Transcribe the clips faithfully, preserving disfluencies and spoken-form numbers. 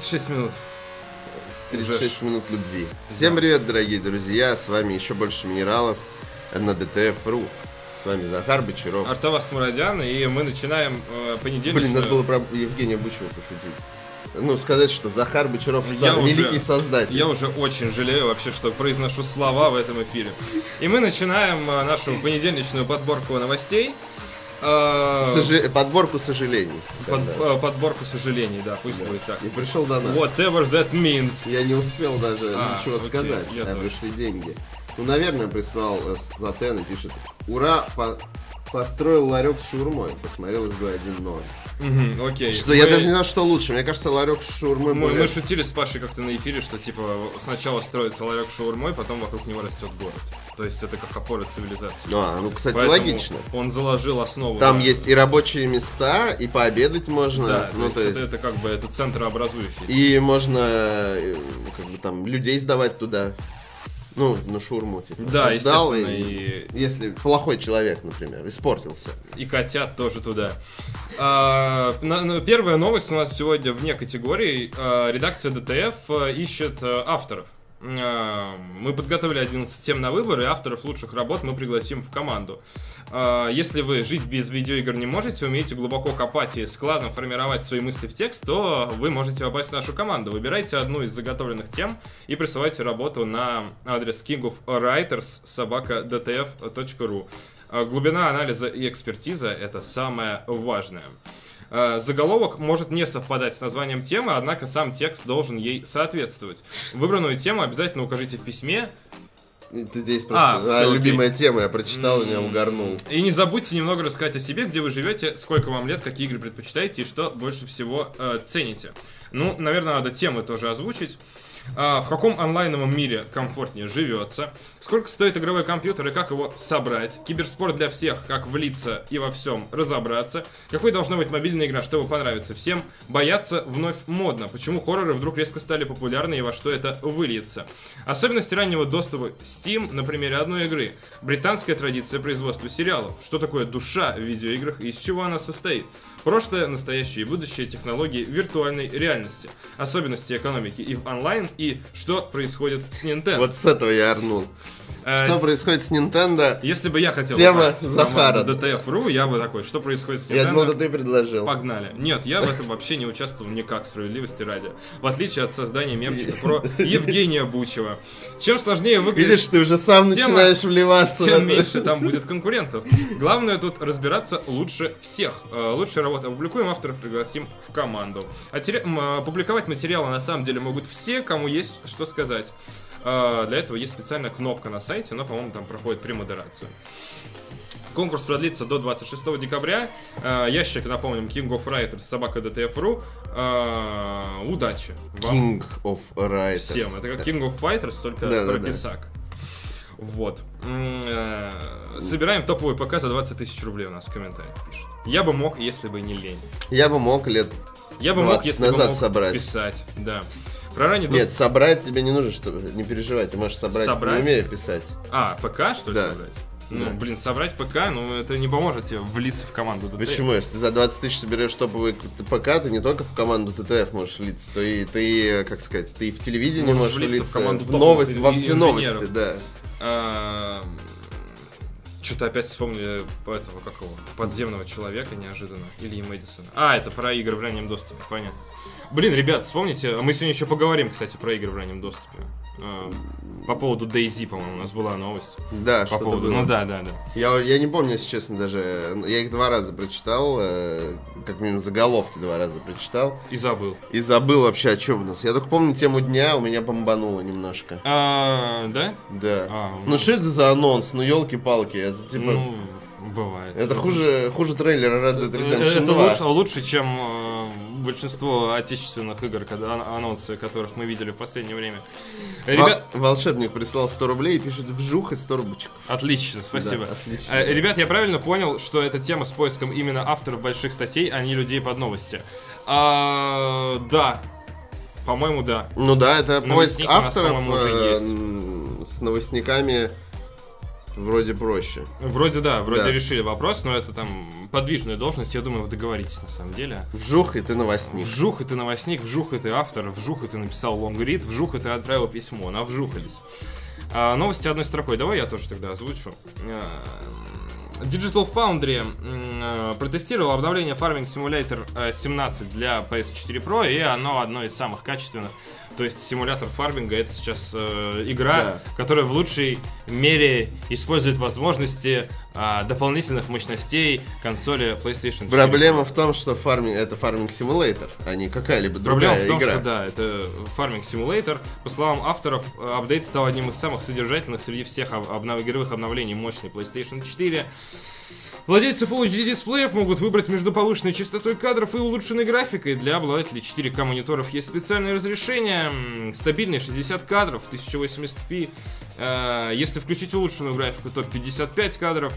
шесть минут. тридцать шесть минут любви. Всем привет, дорогие друзья, с вами еще больше минералов на ди ти эф точка ру. С вами Захар Бочаров, Артавас Мурадян, и мы начинаем э, понедельничную... Блин, надо было про Евгения Бычева пошутить. Ну, сказать, что Захар Бочаров я великий уже, создатель. Я уже очень жалею вообще, что произношу слова в этом эфире. И мы начинаем э, нашу понедельничную подборку новостей. Э, Сожи... Подборку сожалений. Под, э, подборку сожалений, да, пусть да. будет так. И пришел донат. Whatever that means. Я не успел даже а, ничего окей, сказать, а вышли деньги. Ну, наверное, прислал Затен и пишет: ура, по построил ларек с шаурмой, посмотрел эс бэ один ноль. Угу, окей. Что мы... я даже не знаю, что лучше. Мне кажется, ларек с шаурмой мы, более... мы шутили с Пашей как-то на эфире, что типа сначала строится ларек с шаурмой, потом вокруг него растет город. То есть это как опора цивилизации. А, ну, кстати, Поэтому логично. Он заложил основу. Там да. есть и рабочие места, и пообедать можно. Да, ну, то есть, то есть... Это, это как бы это центрообразующий. И можно как бы там людей сдавать туда. Ну, на шаурму, типа. Да, естественно. И... И... Если плохой человек, например, испортился. И котят тоже туда. А, на, на, первая новость у нас сегодня вне категории. А, редакция ди ти эф ищет а, авторов. А, мы подготовили одиннадцать тем на выбор, и авторов лучших работ мы пригласим в команду. А, если вы жить без видеоигр не можете, умеете глубоко копать и складно формировать свои мысли в текст, то вы можете попасть в нашу команду. Выбирайте одну из заготовленных тем и присылайте работу на адрес king of writers собака ди ти эф точка ру. Глубина анализа и экспертиза — это самое важное. Заголовок может не совпадать с названием темы, однако сам текст должен ей соответствовать. Выбранную тему обязательно укажите в письме. Ты здесь просто а, а, любимая тема, я прочитал, и меня угорнул. И не забудьте немного рассказать о себе, где вы живете, сколько вам лет, какие игры предпочитаете и что больше всего э, цените. Ну, наверное, надо темы тоже озвучить. А, в каком онлайновом мире комфортнее живется? Сколько стоит игровой компьютер и как его собрать? Киберспорт для всех, как влиться и во всем разобраться? Какой должна быть мобильная игра, чтобы понравиться всем? Бояться вновь модно. Почему хорроры вдруг резко стали популярны и во что это выльется? Особенности раннего доступа Steam на примере одной игры. Британская традиция производства сериалов. Что такое душа в видеоиграх и из чего она состоит? Прошлое, настоящее и будущее технологий виртуальной реальности. Особенности экономики и в онлайн. И что происходит с Nintendo. Вот с этого я орнул. Что э, происходит с Nintendo? Если бы я хотел тема Захара ди ти эф точка ру, я бы такой: что происходит с Nintendo? Я думал, что ты предложил. Погнали. Нет, я в этом вообще не участвовал никак, справедливости ради. В отличие от создания мемчика про Евгения Бучева. Чем сложнее выглядит... Видишь, ты уже сам тема, начинаешь вливаться. Тем меньше там будет конкурентов. Главное тут разбираться лучше всех. Лучшие работы опубликуем, авторов пригласим в команду. А тере... Публиковать материалы на самом деле могут все, кому есть что сказать. Для этого есть специальная кнопка на сайте, но, по-моему, там проходит премодерацию. Конкурс продлится до двадцать шестого декабря. Ящик, напомним, King of Writers собака ди ти эф точка ру. Удачи вам. King of Writers. Всем. Это как King of Fighters, только да, про да, писак. Да. Вот. Собираем топовый ПК за двадцать тысяч рублей, у нас в комментариях пишут. Я бы мог, если бы не лень. Я бы мог лет Я бы мог, если назад бы мог собрать. писать. Да. Про ранний доступ... Нет, собрать тебе не нужно, чтобы не переживай, ты можешь собрать, собрать? не умея писать. А, ПК, что ли, да. собрать? Ну, да. блин, собрать ПК, ну, это не поможет тебе влиться в команду ди ти эф. Почему? Если ты за двадцать тысяч соберешь топовый ПК, ты не только в команду ди ти эф можешь влиться, то и ты, как сказать, ты и в телевидении можешь, можешь влиться, в, команду в новость, во все новости, да. А... Что-то опять вспомнили этого, какого, подземного человека неожиданно, Ильи Мэдисона. А, это про игры в раннем доступе, понятно. Блин, ребят, вспомните, мы сегодня еще поговорим, кстати, про игры в раннем доступе. По поводу DayZ, по-моему, у нас была новость. Да, по поводу. Было. Ну да, да, да. Я, я не помню, если честно, даже. Я их два раза прочитал, как минимум заголовки два раза прочитал. И забыл. И забыл вообще, о чем у нас. Я только помню тему дня, у меня бомбануло немножко. А, да? Да. А, ну... ну что это за анонс? Ну елки-палки, это типа. Ну, бывает. Это, это хуже, хуже трейлера Red Dead Redemption это два. Лучше, лучше, чем э, большинство отечественных игр, когда, анонсы которых мы видели в последнее время. Ребят... Волшебник прислал сто рублей и пишет: вжух и сто рубочков. Отлично, спасибо. Да, отлично, э, да. Ребят, я правильно понял, что эта тема с поиском именно авторов больших статей, а не людей под новости? А, да. По-моему, да. Ну да, это поиск Новостник авторов у нас, по-моему, уже есть. С новостниками. Вроде проще. Вроде да, вроде да. решили вопрос, но это там подвижная должность, я думаю, вы договоритесь на самом деле. Вжух, и ты новостник. Вжух, и ты новостник, вжух, и ты автор, вжух, и ты написал лонгрид, вжух, и ты отправил письмо, навжухались. А, новости одной строкой, давай я тоже тогда озвучу. Digital Foundry э, протестировал обновление Farming Simulator семнадцать для пи эс четыре про, и оно одно из самых качественных. То есть симулятор фарминга — это сейчас э, игра, да. которая в лучшей мере использует возможности э, дополнительных мощностей консоли PlayStation четыре. Проблема в том, что фарминг — это Farming Simulator, а не какая-либо другая игра. Проблема в том, что да, это Farming Simulator. По словам авторов, апдейт стал одним из самых содержательных среди всех обнов... игровых обновлений мощной PlayStation четыре. Владельцы Full эйч ди дисплеев могут выбрать между повышенной частотой кадров и улучшенной графикой. Для обладателей четыре ка мониторов есть специальное разрешение, стабильные шестьдесят кадров, тысяча восемьдесят пи. Если включить улучшенную графику, то пятьдесят пять кадров.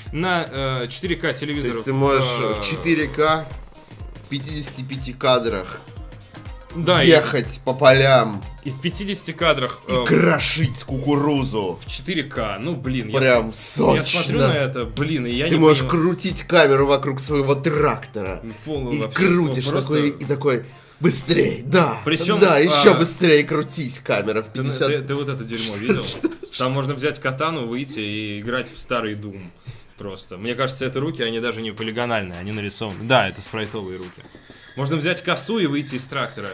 На четыре ка телевизорах... То есть ты можешь в четыре ка в пятидесяти пяти кадрах да, ехать и... по полям. И в пятидесяти кадрах... И э... крошить кукурузу. В четыре ка, ну блин. Прям я, сочно. Я смотрю на это, блин, и я Ты не можешь понимаю. крутить камеру вокруг своего трактора. Фу, и вообще, крутишь ну, просто... такой, и такой... Быстрее, да, Причем, да, еще а... быстрее крутись, камера в пятьдесят. Ты, ты, ты вот это дерьмо видел? Там можно взять катану, выйти и играть в старый Doom. Просто. Мне кажется, это руки, они даже не полигональные, они нарисованы. Да, это спрайтовые руки. Можно взять косу и выйти из трактора.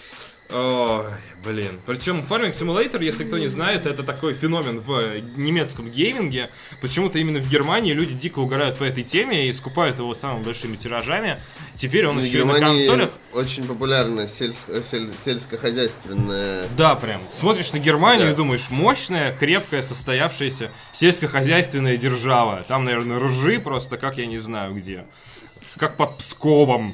Ой, блин. Причем Farming Simulator, если кто не знает, это такой феномен в немецком гейминге. Почему-то именно в Германии люди дико угорают по этой теме и скупают его самыми большими тиражами. Теперь он еще и на консолях. Очень популярная сельско- сель- сельскохозяйственная. Да, прям. Смотришь на Германию да. и думаешь, мощная, крепкая, состоявшаяся сельскохозяйственная держава. Там, наверное, ржи просто, как я не знаю где. Как под Псковом.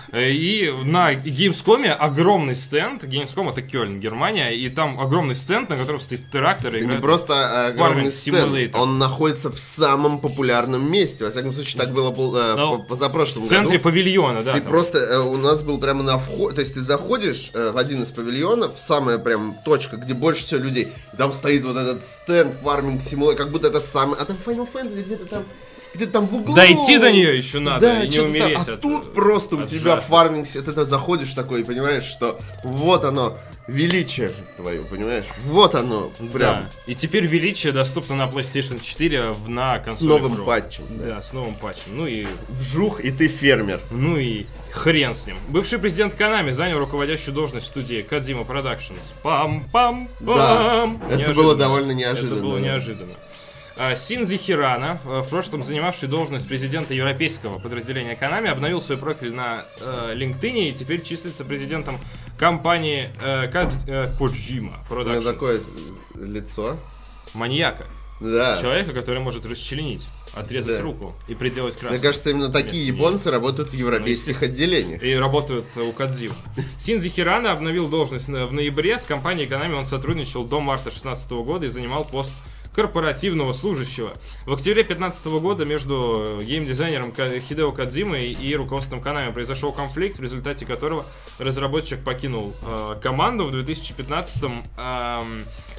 И на Gamescom огромный стенд. Gamescom — это Кёльн, Германия. И там огромный стенд, на котором стоит трактор. Это не просто огромный стенд, он находится в самом популярном месте. Во всяком случае, так было э, позапрошлом году. В центре году. Павильона, да. И просто э, у нас был прямо на входе. То есть ты заходишь э, в один из павильонов, самая прям точка, где больше всего людей. И там стоит вот этот стенд Farming Simulator, как будто это самый... А там Final Fantasy где-то там... Где-то там в углу. Дойти до нее еще надо, да, и не умереть. А от, тут просто от у тебя жажды. Фарминг, ты это заходишь такой и понимаешь, что вот оно, величие твое, понимаешь? Вот оно, прям. Да. И теперь величие доступно на PlayStation четыре на консоли. С новым Pro. патчем. Да. да, с новым патчем. Ну и... Вжух, и ты фермер. Ну и хрен с ним. Бывший президент Konami занял руководящую должность в студии Kojima Productions. Пам-пам-пам. Да, это было довольно неожиданно. Это было неожиданно. Синдзи Хирана, в прошлом занимавший должность президента европейского подразделения Konami, обновил свой профиль на э, LinkedIn и теперь числится президентом компании э, Kojima Productions. У меня такое лицо. Маньяка. Да. Человека, который может расчленить, отрезать да. руку и приделать краску. Мне кажется, именно такие японцы работают в европейских ну, отделениях. И работают у Кодзимы. Синдзи Хирана обновил должность в ноябре. С компанией Konami он сотрудничал до марта две тысячи шестнадцатого года и занимал пост корпоративного служащего. В октябре две тысячи пятнадцатого года между геймдизайнером Хидео Кодзимой и руководством Konami произошел конфликт, в результате которого разработчик покинул э, команду. В две тысячи пятнадцатом э,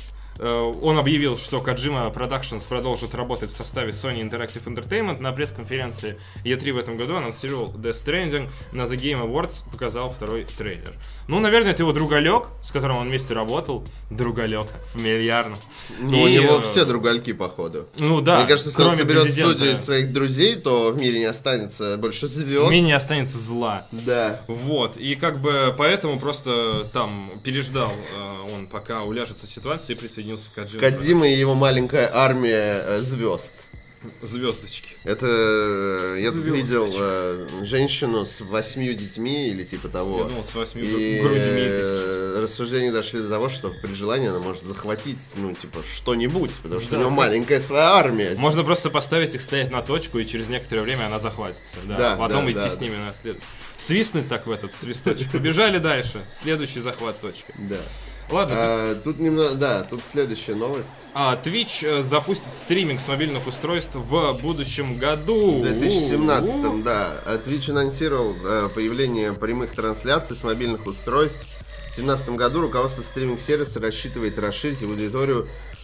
э, он объявил, что Kojima Productions продолжит работать в составе Sony Interactive Entertainment. На пресс-конференции и три в этом году анонсировал Death Stranding, на The Game Awards показал второй трейлер. Ну, наверное, это его другалек, с которым он вместе работал. Другалек, фамильярно. Ну, и, у него э... все другальки, походу. Ну да. Мне кажется, если он соберет президента... студию из своих друзей, то в мире не останется больше звезд. В мире не останется зла. Да. Вот. И как бы поэтому просто там переждал э, он, пока уляжется ситуация, и присоединился к Kojima. Кодзима и его маленькая армия э, звезд. Звездочки. Это я тут видел э, женщину с восьмью детьми или типа того. Я думал, с восьмью и, грудьми. Э, рассуждения дошли до того, что при желании она может захватить, ну, типа, что-нибудь, потому что да, у нее да. маленькая своя армия. Можно просто поставить их стоять на точку, и через некоторое время она захватится. Да. Да, Потом да, идти да, с да. ними на след. Свистнуть так в этот свисточек. Побежали дальше. Следующий захват точки. Да. Ладно. А, тут немного, да, тут следующая новость. А, Twitch запустит стриминг с мобильных устройств в будущем году. В две тысячи семнадцатом, да. Twitch анонсировал э, появление прямых трансляций с мобильных устройств. В две тысячи семнадцатом году руководство стриминг-сервиса рассчитывает расширить аудиторию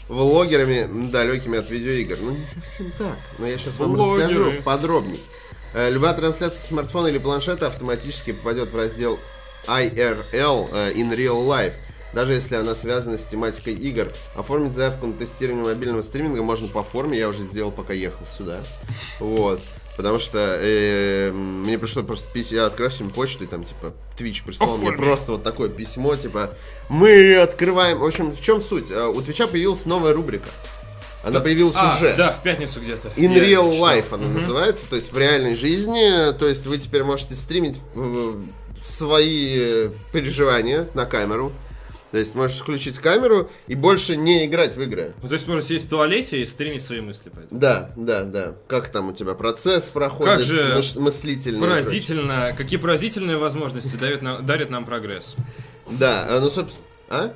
влогерами, далекими от видеоигр. Ну, не совсем так, но я сейчас вам Влогеры. расскажу подробнее. Э, любая трансляция с смартфона или планшета автоматически попадет в раздел ай ар эл э, in real life, даже если она связана с тематикой игр. Оформить заявку на тестирование мобильного стриминга можно по форме, я уже сделал, пока ехал сюда. Вот. Потому что э, мне пришло просто письмо, я открыл себе почту, и там, типа, Twitch прислал мне просто вот такое письмо, типа, мы открываем... В общем, в чем суть? У Twitch'а появилась новая рубрика. Она появилась а, уже. Да, в пятницу где-то. In Я real читал. life она Мгм. называется, то есть в реальной жизни, то есть вы теперь можете стримить э, свои переживания на камеру. То есть можешь включить камеру и больше не играть в игры. Ну, то есть можно сидеть в туалете и стримить свои мысли по этому. Да, да, да. Как там у тебя процесс проходит, Как же мыш- мыслительный. и прочее. Поразительно, какие поразительные возможности дает нам, дарит нам прогресс. Да, а, ну собственно. А?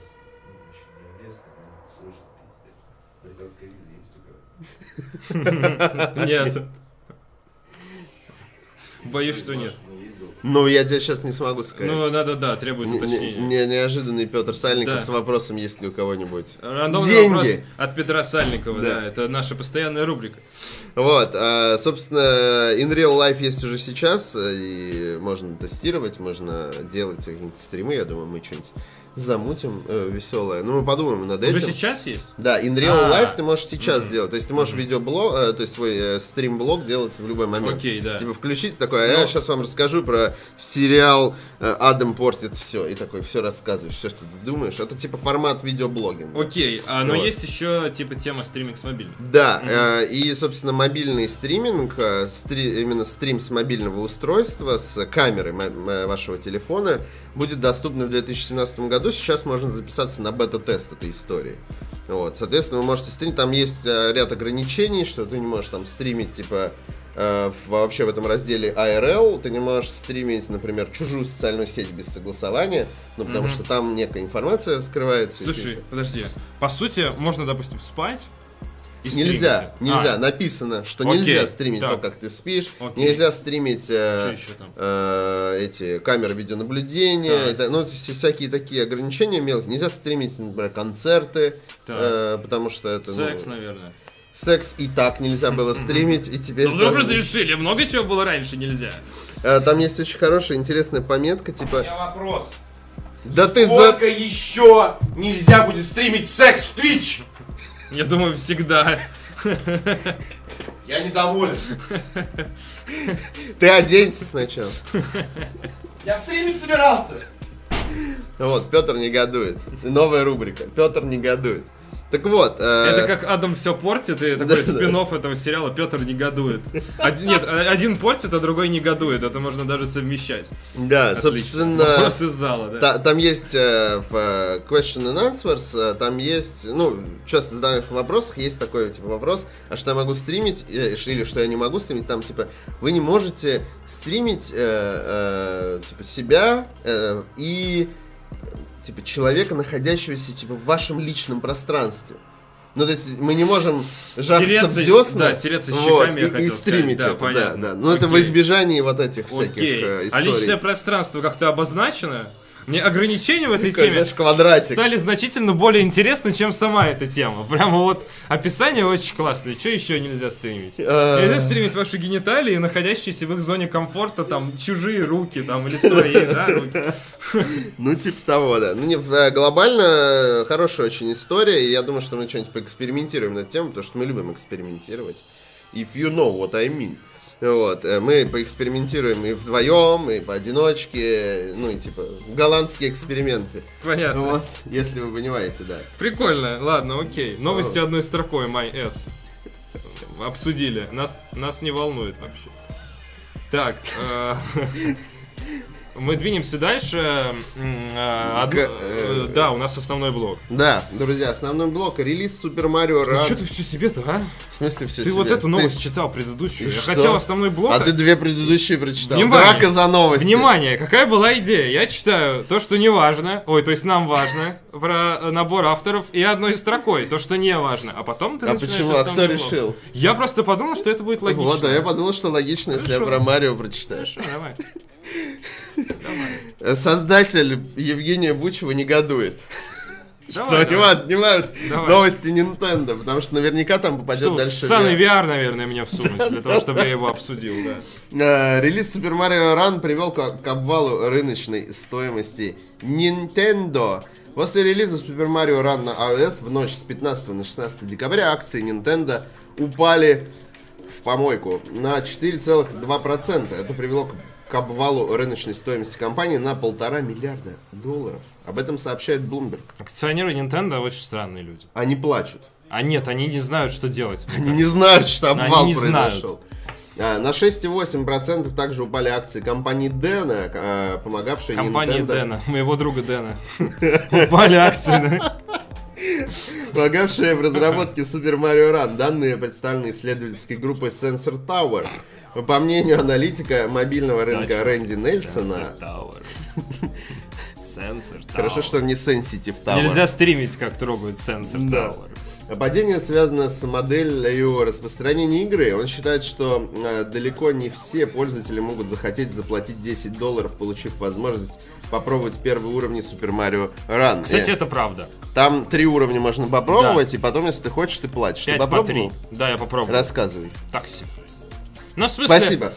Нет. Боюсь, что нет. Ну, я тебе сейчас не смогу сказать. Ну, надо, да, требует Не- не- уточнения. не- неожиданный Петр Сальников Да. с вопросом, есть ли у кого-нибудь Рандомный деньги. вопрос от Петра Сальникова, Да. да. Это наша постоянная рубрика. Вот, а, собственно, In Real Life есть уже сейчас, и можно тестировать, можно делать какие-нибудь стримы, я думаю, мы что-нибудь замутим э, веселое. Ну, мы подумаем над этим. Уже сейчас есть? Да, In Real А. Life ты можешь сейчас сделать. То есть ты можешь видеоблог, э, то есть свой э, стрим-блог делать в любой момент. Окей, да. Типа включить такой, а я Ну. сейчас вам расскажу про сериал э, «Адам портит все». И такой все рассказываешь, все, что ты думаешь. Это типа формат видеоблогинга. Окей, а, но Вот. есть еще типа тема стриминг с мобильным. Да, э, и, собственно, мобильный стриминг, э, стри- именно стрим с мобильного устройства, с камеры мо- мо- вашего телефона, будет доступно в две тысячи семнадцатом году. Сейчас можно записаться на бета-тест этой истории. Вот, соответственно, вы можете стримить. Там есть э, ряд ограничений, что ты не можешь там стримить, типа, э, в- вообще в этом разделе ай ар эл. Ты не можешь стримить, например, чужую социальную сеть без согласования, ну, потому Мгм. что там некая информация раскрывается. и Слушай, типа- подожди. По сути, можно, допустим, спать и Нельзя, стримить. нельзя. А, Написано, что Окей, нельзя стримить так. то, как ты спишь. Окей. Нельзя стримить э, что еще там? э, эти камеры видеонаблюдения. Так. и так, ну, вс- всякие такие ограничения мелкие. Нельзя стримить, например, концерты, Так. э, потому что это... ну, Секс, наверное. секс и так нельзя было стримить, и теперь... Ну вдруг даже- разрешили, много чего было раньше нельзя. Э, Там есть очень хорошая, интересная пометка, У типа... меня вопрос. Да ты за... Сколько еще нельзя будет стримить секс в Twitch? Я думаю, всегда. Я недоволен. Ты оденься сначала. Я стримить собирался. Вот, Петр негодует. Новая рубрика. Петр негодует. Так вот... э, Это как Адам все портит, и такой Да, да. спин-офф этого сериала Петр негодует. Один, нет, один портит, а другой негодует. Это можно даже совмещать. Да, Отлично. собственно... Вопрос из зала, да. Та- Там есть э, в э, Question and Answers, э, там есть, ну, часто задают вопросах, есть такой, типа, вопрос, а что я могу стримить, э, ш- или что я не могу стримить, там, типа, вы не можете стримить, э, э, типа, себя э, и, типа, человека, находящегося, типа, в вашем личном пространстве. Ну, то есть мы не можем жахаться Тереться- в десна, да, тереться вот, щеками, я и, и хотел стримить сказать. Да, это, да, понятно. да. Ну, это во Окей. избежание вот этих всяких Окей. э, А историй. личное пространство как-то обозначено? Мне ограничения в этой Такой, теме знаешь, квадратик. стали значительно более интересны, чем сама эта тема. Прямо вот описание очень классное. Что еще нельзя стримить? Э. Нельзя стримить ваши гениталии, находящиеся в их зоне комфорта, там, чужие руки, там, или свои, да, руки. Ну, типа того, да. Ну, не, в- глобально хорошая очень история, и я думаю, что мы что-нибудь поэкспериментируем на эту тему, потому что мы любим экспериментировать. If you know what I mean. Вот, э, мы поэкспериментируем и вдвоем, и поодиночке, ну, и типа, голландские эксперименты. Понятно. Вот, если вы понимаете, да. Прикольно, ладно, окей. Новости одной строкой, MyS. Обсудили. Нас, нас не волнует вообще. Так, э, мы двинемся дальше. М, э, одно- Г- э, э, Да, у нас основной блок. Да, друзья, основной блок, релиз Супер Марио Ну Рад. что ты все себе-то, а? В смысле все Ты вот эту новость читал предыдущую. И Я что? хотел основной блок. А ты две предыдущие прочитал. Внимание! Драка за новости. Внимание, какая была идея? Я читаю то, что не важно, ой, то есть нам важно, про набор авторов, и одной строкой, то, что не важно. А потом ты А начинаешь почему? А кто основной блок. решил? Я просто подумал, что это будет логично. Вот, а я подумал, что логично, если я Хорошо. про Марио прочитаю. Хорошо, давай. Давай. Создатель Евгения Бучева негодует. что Давай, они давай. отнимают Давай. новости Nintendo, потому что наверняка там попадет Что, дальше. ссаный ви ар. ви ар, наверное, мне всунуть, для того, чтобы я его обсудил, да. Э, Релиз Super Mario Run привел к, к обвалу рыночной стоимости Nintendo. После релиза Super Mario Run на iOS в ночь с пятнадцатого на шестнадцатое декабря акции Nintendo упали в помойку на четыре целых два десятых процента. Это привело к, к обвалу рыночной стоимости компании на полтора миллиарда долларов. Об этом сообщает Bloomberg. Акционеры Nintendo очень странные люди. Они плачут. А нет, они не знают, что делать. Они не знают, что Они обвал не произошел. А, на шесть целых восемь десятых процента также упали акции компании Дэна, а, помогавшей Компания Nintendo... Дэна, моего друга Дэна. Упали акции, да? помогавшая в разработке Super Mario Run. Данные представлены исследовательской группой Sensor Tower. По мнению аналитика мобильного рынка Точно. Рэнди Нельсона... Sensor Tower. Sensor Tower. Хорошо, что не Sensitive Tower. Нельзя стримить, как трогают Sensor Да. Tower. Падение связано с моделью распространения игры. Он считает, что э, далеко не все пользователи могут захотеть заплатить десять долларов, получив возможность попробовать первые уровни Super Mario Run. Кстати, Э, это правда. Там три уровня можно попробовать, и потом, если ты хочешь, ты платишь. Ты пять по попробовал? три. Да, я попробую. Рассказывай. Такси. Ну, в смысле... Спасибо.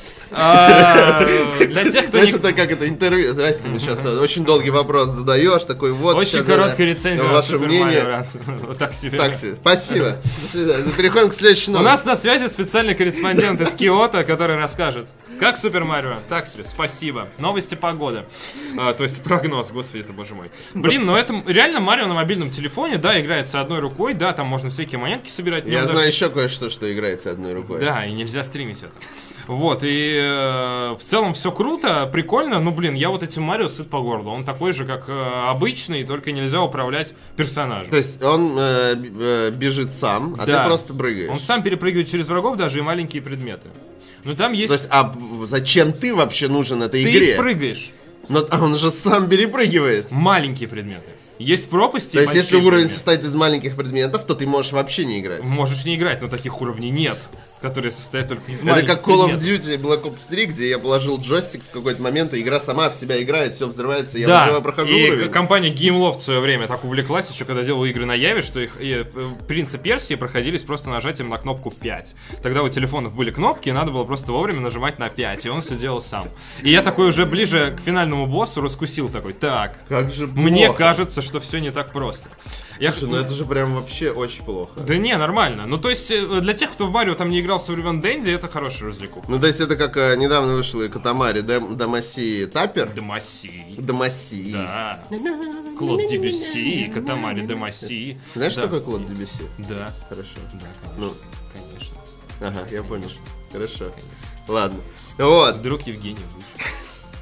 а, Для тех, кто Знаешь, не... это как это интервью. Здрасте, мне сейчас очень долгий вопрос задаешь, такой вот. Очень сейчас, короткая э, рецензия на ваше Super мнение. Mario Run. Вот так себе. Такси. Спасибо. До свидания. Переходим к следующей У новости. нас на связи специальный корреспондент из Киото, который расскажет, как Super Mario Run. Так себе, спасибо. Новости погоды. А, то есть прогноз, господи, это боже мой. Блин, ну это реально Марио на мобильном телефоне, да, играется одной рукой, да, там можно всякие монетки собирать. Я Мне знаю еще кое-что, что играется одной рукой. Да, и нельзя стримить это. Вот, и э, в целом все круто, прикольно, ну блин, я вот этим Марио сыт по горлу. Он такой же, как э, обычный, только нельзя управлять персонажем. То есть он э, б- э, бежит сам, а Да. ты просто прыгаешь. Он сам перепрыгивает через врагов, даже и маленькие предметы. Но там есть... То есть, а б- зачем ты вообще нужен этой Ты игре? прыгаешь. Но, а он же сам перепрыгивает. Маленькие предметы. Есть пропасти То и есть, если большие уровень предметы. состоит из маленьких предметов, то ты можешь вообще не играть. Можешь не играть, но таких уровней нет, которые состоят только из Это маленьких как Call of предметов. Duty и Black Ops три, где я положил джойстик в какой-то момент, и игра сама в себя играет, все взрывается, я Да, уже прохожу и уровень. к- компания Gameloft в свое время так увлеклась, еще когда делала игры на Яве, что их и, э, Принц и Персии проходились просто нажатием на кнопку пять. Тогда у телефонов были кнопки, и надо было просто вовремя нажимать на пять, и он все делал сам. И я такой уже ближе к финальному боссу раскусил такой, так, Как же плохо. мне кажется, что все не так просто. Я Слушай, ну это же прям вообще очень плохо. Да не, нормально. Ну, то есть, э, для тех, кто в Марио там не играл со времен Дэнди, это хороший развлекуха. Ну, то есть это как э, недавно вышел и Катамари Дам- Дамаси Таппер. Демаси. Дамаси. Да. Клод Дебюсси, Катамари Демаси. Знаешь, Да. что такое Клод Дебюсси? Да. Хорошо. Да, Ну, конечно. ага, я понял. Хорошо. Ладно. Вот. Друг Евгений вышел.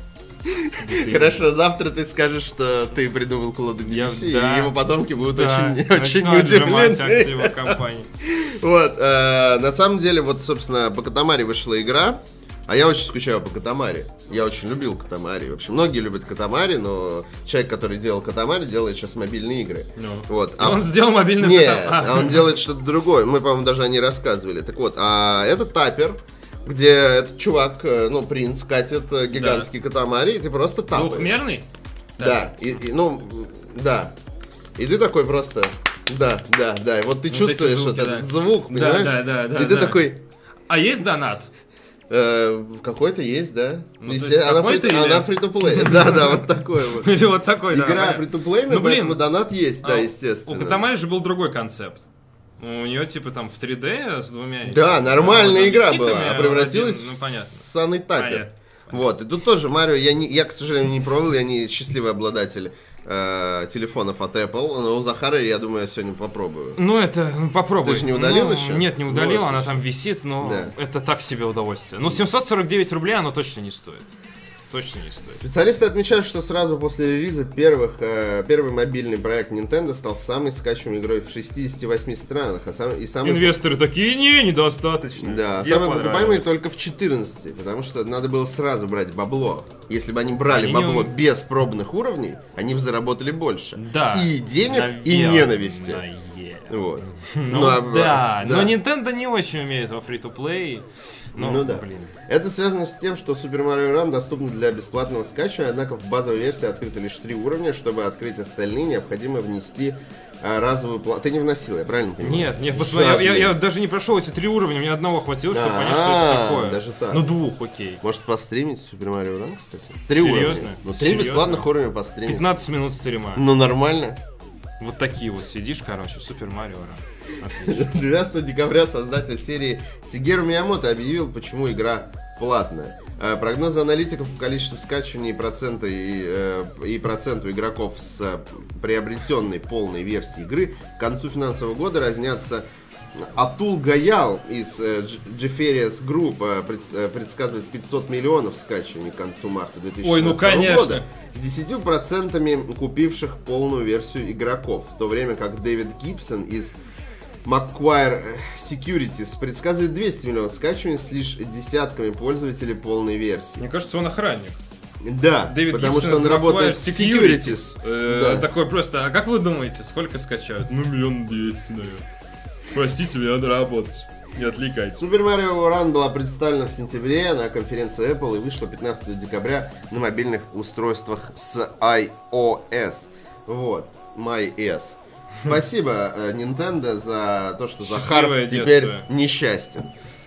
Хорошо, завтра ты скажешь, что ты придумал Клода Я- Дебюсси, да. и его потомки будут Да, очень, очень начну отжимать акции удивлены. его компании. Вот, э, на самом деле, вот, собственно, по Катамари вышла игра, а я очень скучаю по Катамари. Я очень любил Катамари. Вообще, многие любят Катамари, но человек, который делал Катамари, делает сейчас мобильные игры. Ну. Вот. И он сделал мобильный Нет, Катамари. а он делает что-то другое. Мы, по-моему, даже о ней рассказывали. Так вот, а это Таппер, где этот чувак, э, ну, принц, катит э, гигантский Катамари, и ты просто тапаешь. Двухмерный? Да, и, и, ну, да. И ты такой просто, да, да, да. И вот ты Вот чувствуешь эти звуки, этот да. звук, Да, понимаешь? да, да, да, И ты да. такой, А есть донат? э, какой-то есть, да? Ну, то Везде- есть она какой-то фри- или- она free-to-play. Да, да, вот такой вот. Или вот такой, да. Игра понятно. free-to-play, Ну, блин. поэтому донат есть, да, А, естественно. У Катамари же был другой концепт. У нее типа там в три дэ с двумя... Да, этими, нормальная там, игра стиками, была, а а превратилась один, ну, в понятно. ссаный таппер. А, Вот, и тут тоже Марио, я, не, я, к сожалению, не пробовал, я не счастливый обладатель э, телефонов от Apple, но у Захара, я думаю, я сегодня попробую. Ну это, ну, попробуй. Ты же не удалил Ну, еще? Нет, не удалил, Вот, она отлично. там висит, но Да. это так себе удовольствие. Ну семьсот сорок девять рублей оно точно не стоит. Точно не стоит. Специалисты отмечают, что сразу после релиза первых, э, первый мобильный проект Nintendo стал самой скачиваемой игрой в шестидесяти восьми странах, а сам, и самый... Инвесторы такие, не, недостаточно. Да, Мне самый покупаемый понравилось. только в четырнадцати, потому что надо было сразу брать бабло. Если бы они брали Они не бабло ум- без пробных уровней, они бы заработали больше. Да. И денег, и Наверное, ненависти. е. Вот. Ну, а, да, но Nintendo не очень умеет во free-to-play. Ну, Ну да. блин. Это связано с тем, что Super Mario Run доступен для бесплатного скачивания, однако в базовой версии открыты лишь три уровня. Чтобы открыть остальные, необходимо внести а, разовую плату. Ты не вносил, я правильно понимаю? Нет, нет, посмотри, я, я даже не прошел эти три уровня, мне одного хватило, чтобы понять, что это такое. Даже так. Ну, двух, окей. Может постримить Super Mario Run, кстати? Три Серьезно? уровня. Ну, три Серьезно? бесплатных уровня постримить. пятнадцать минут стрима. Ну, нормально. Вот такие вот сидишь, короче, Супер Марио Ран. Отлично. двенадцатого декабря создатель серии Сигеру Миямото объявил, почему игра платная. Э, Прогнозы аналитиков по количеству скачиваний и, процента, и, э, и проценту игроков с э, приобретенной полной версией игры к концу финансового года разнятся. Атул Гаял из э, Jefferies Group э, пред, э, предсказывает пятьсот миллионов скачиваний к концу марта две тысячи Ой, ну, конечно. года, десятью процентами купивших полную версию игроков, в то время как Дэвид Гибсон из Macquarie Securities предсказывает двести миллионов скачиваний с лишь десятками пользователей полной версии. Мне кажется, он охранник. Да, Дэвид потому Гибсон что он из работает Macquarie в Securities. Э, Да. Такой просто, а как вы думаете, сколько скачают? Ну, миллион двести, наверное. Простите, мне надо работать. Не отвлекайтесь. Super Mario Run была представлена в сентябре на конференции Apple и вышла пятнадцатого декабря на мобильных устройствах с iOS. Вот, MyOS. Спасибо, э, Nintendo, за то, что Захар Счастливое теперь детство. несчастен.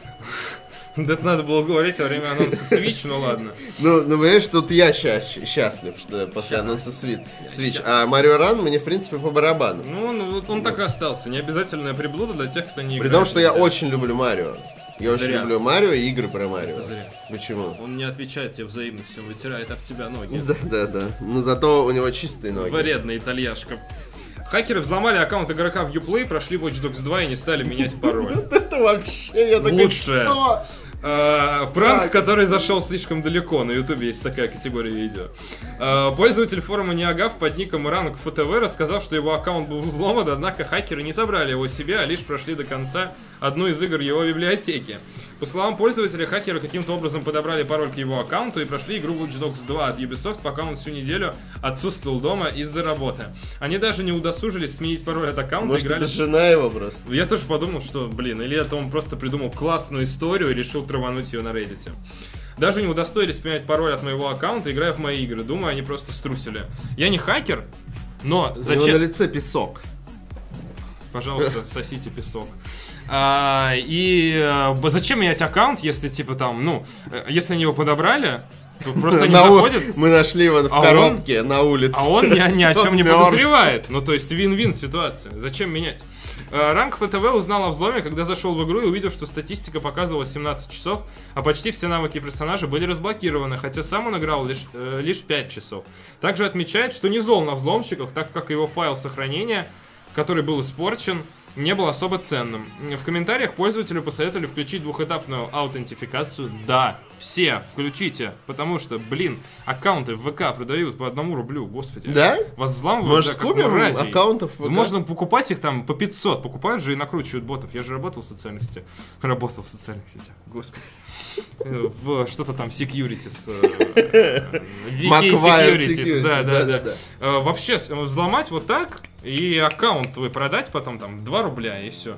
Да это надо было говорить во время анонса Switch, ну ладно. Ну, ну, понимаешь, тут я счаст- счастлив, что после анонса Switch. Switch. А Mario Run мне, в принципе, по барабану. Ну, ну вот он так и остался. Необязательная приблуда для тех, кто не При играет. том, что я в него. очень люблю Марио. Я очень Зря. люблю Марио и игры про Марио. Это зря. Почему? Он не отвечает тебе взаимностью, он вытирает об тебя ноги. Да, да, да. Но зато у него чистые ноги. Вредная итальяшка. Хакеры взломали аккаунт игрока в Uplay, прошли Watch Dogs два и не стали менять пароль. Это вообще, я такой, Лучшее. что? Э, Пранк, Так. который зашел слишком далеко. На Ютубе есть такая категория видео. Э, Пользователь форума Неагав под ником Ранг ФТВ рассказал, что его аккаунт был взломан, однако хакеры не забрали его себе, а лишь прошли до конца одну из игр его библиотеки. По словам пользователя, хакеры каким-то образом подобрали пароль к его аккаунту и прошли игру Watch Dogs два от Ubisoft, пока он всю неделю отсутствовал дома из-за работы. Они даже не удосужились сменить пароль от аккаунта. Может, играли... это жена его просто? Я тоже подумал, что, блин, или это он просто придумал классную историю и решил травануть ее на Reddit. Даже не удостоились поменять пароль от моего аккаунта, играя в мои игры. Думаю, они просто струсили. Я не хакер, но У него на зачем... лице песок. Пожалуйста, сосите песок. А, и а, зачем менять аккаунт, если, типа, там, ну, э, если они его подобрали, то просто не На у- заходят, Мы нашли его в А он- коробке на улице. а он ни, ни о Он чем не мёртв. подозревает. Ну, то есть, вин-вин ситуация. Зачем менять? Э, Ранг ФТВ узнал о взломе, когда зашел в игру и увидел, что статистика показывала семнадцать часов, а почти все навыки персонажа были разблокированы, хотя сам он играл лишь, э, лишь пять часов. Также отмечает, что не зол на взломщиках, так как его файл сохранения, который был испорчен, не был особо ценным. В комментариях пользователю посоветовали включить двухэтапную аутентификацию. Да, все включите, потому что, блин, аккаунты в ВК продают по одному рублю, господи. Да? Вас взламывают, Может, да, как купим мразей. аккаунтов в ВК? Можно покупать их там по пятьсот, покупают же и накручивают ботов. Я же работал в социальных сетях. Работал в социальных сетях, господи. Э, В что-то там Securities. э, ви кей Macquarie Securities, Securities, да, да, да. да-да-да. Э, Вообще, с- взломать вот так и аккаунт твой продать потом там два рубля и все.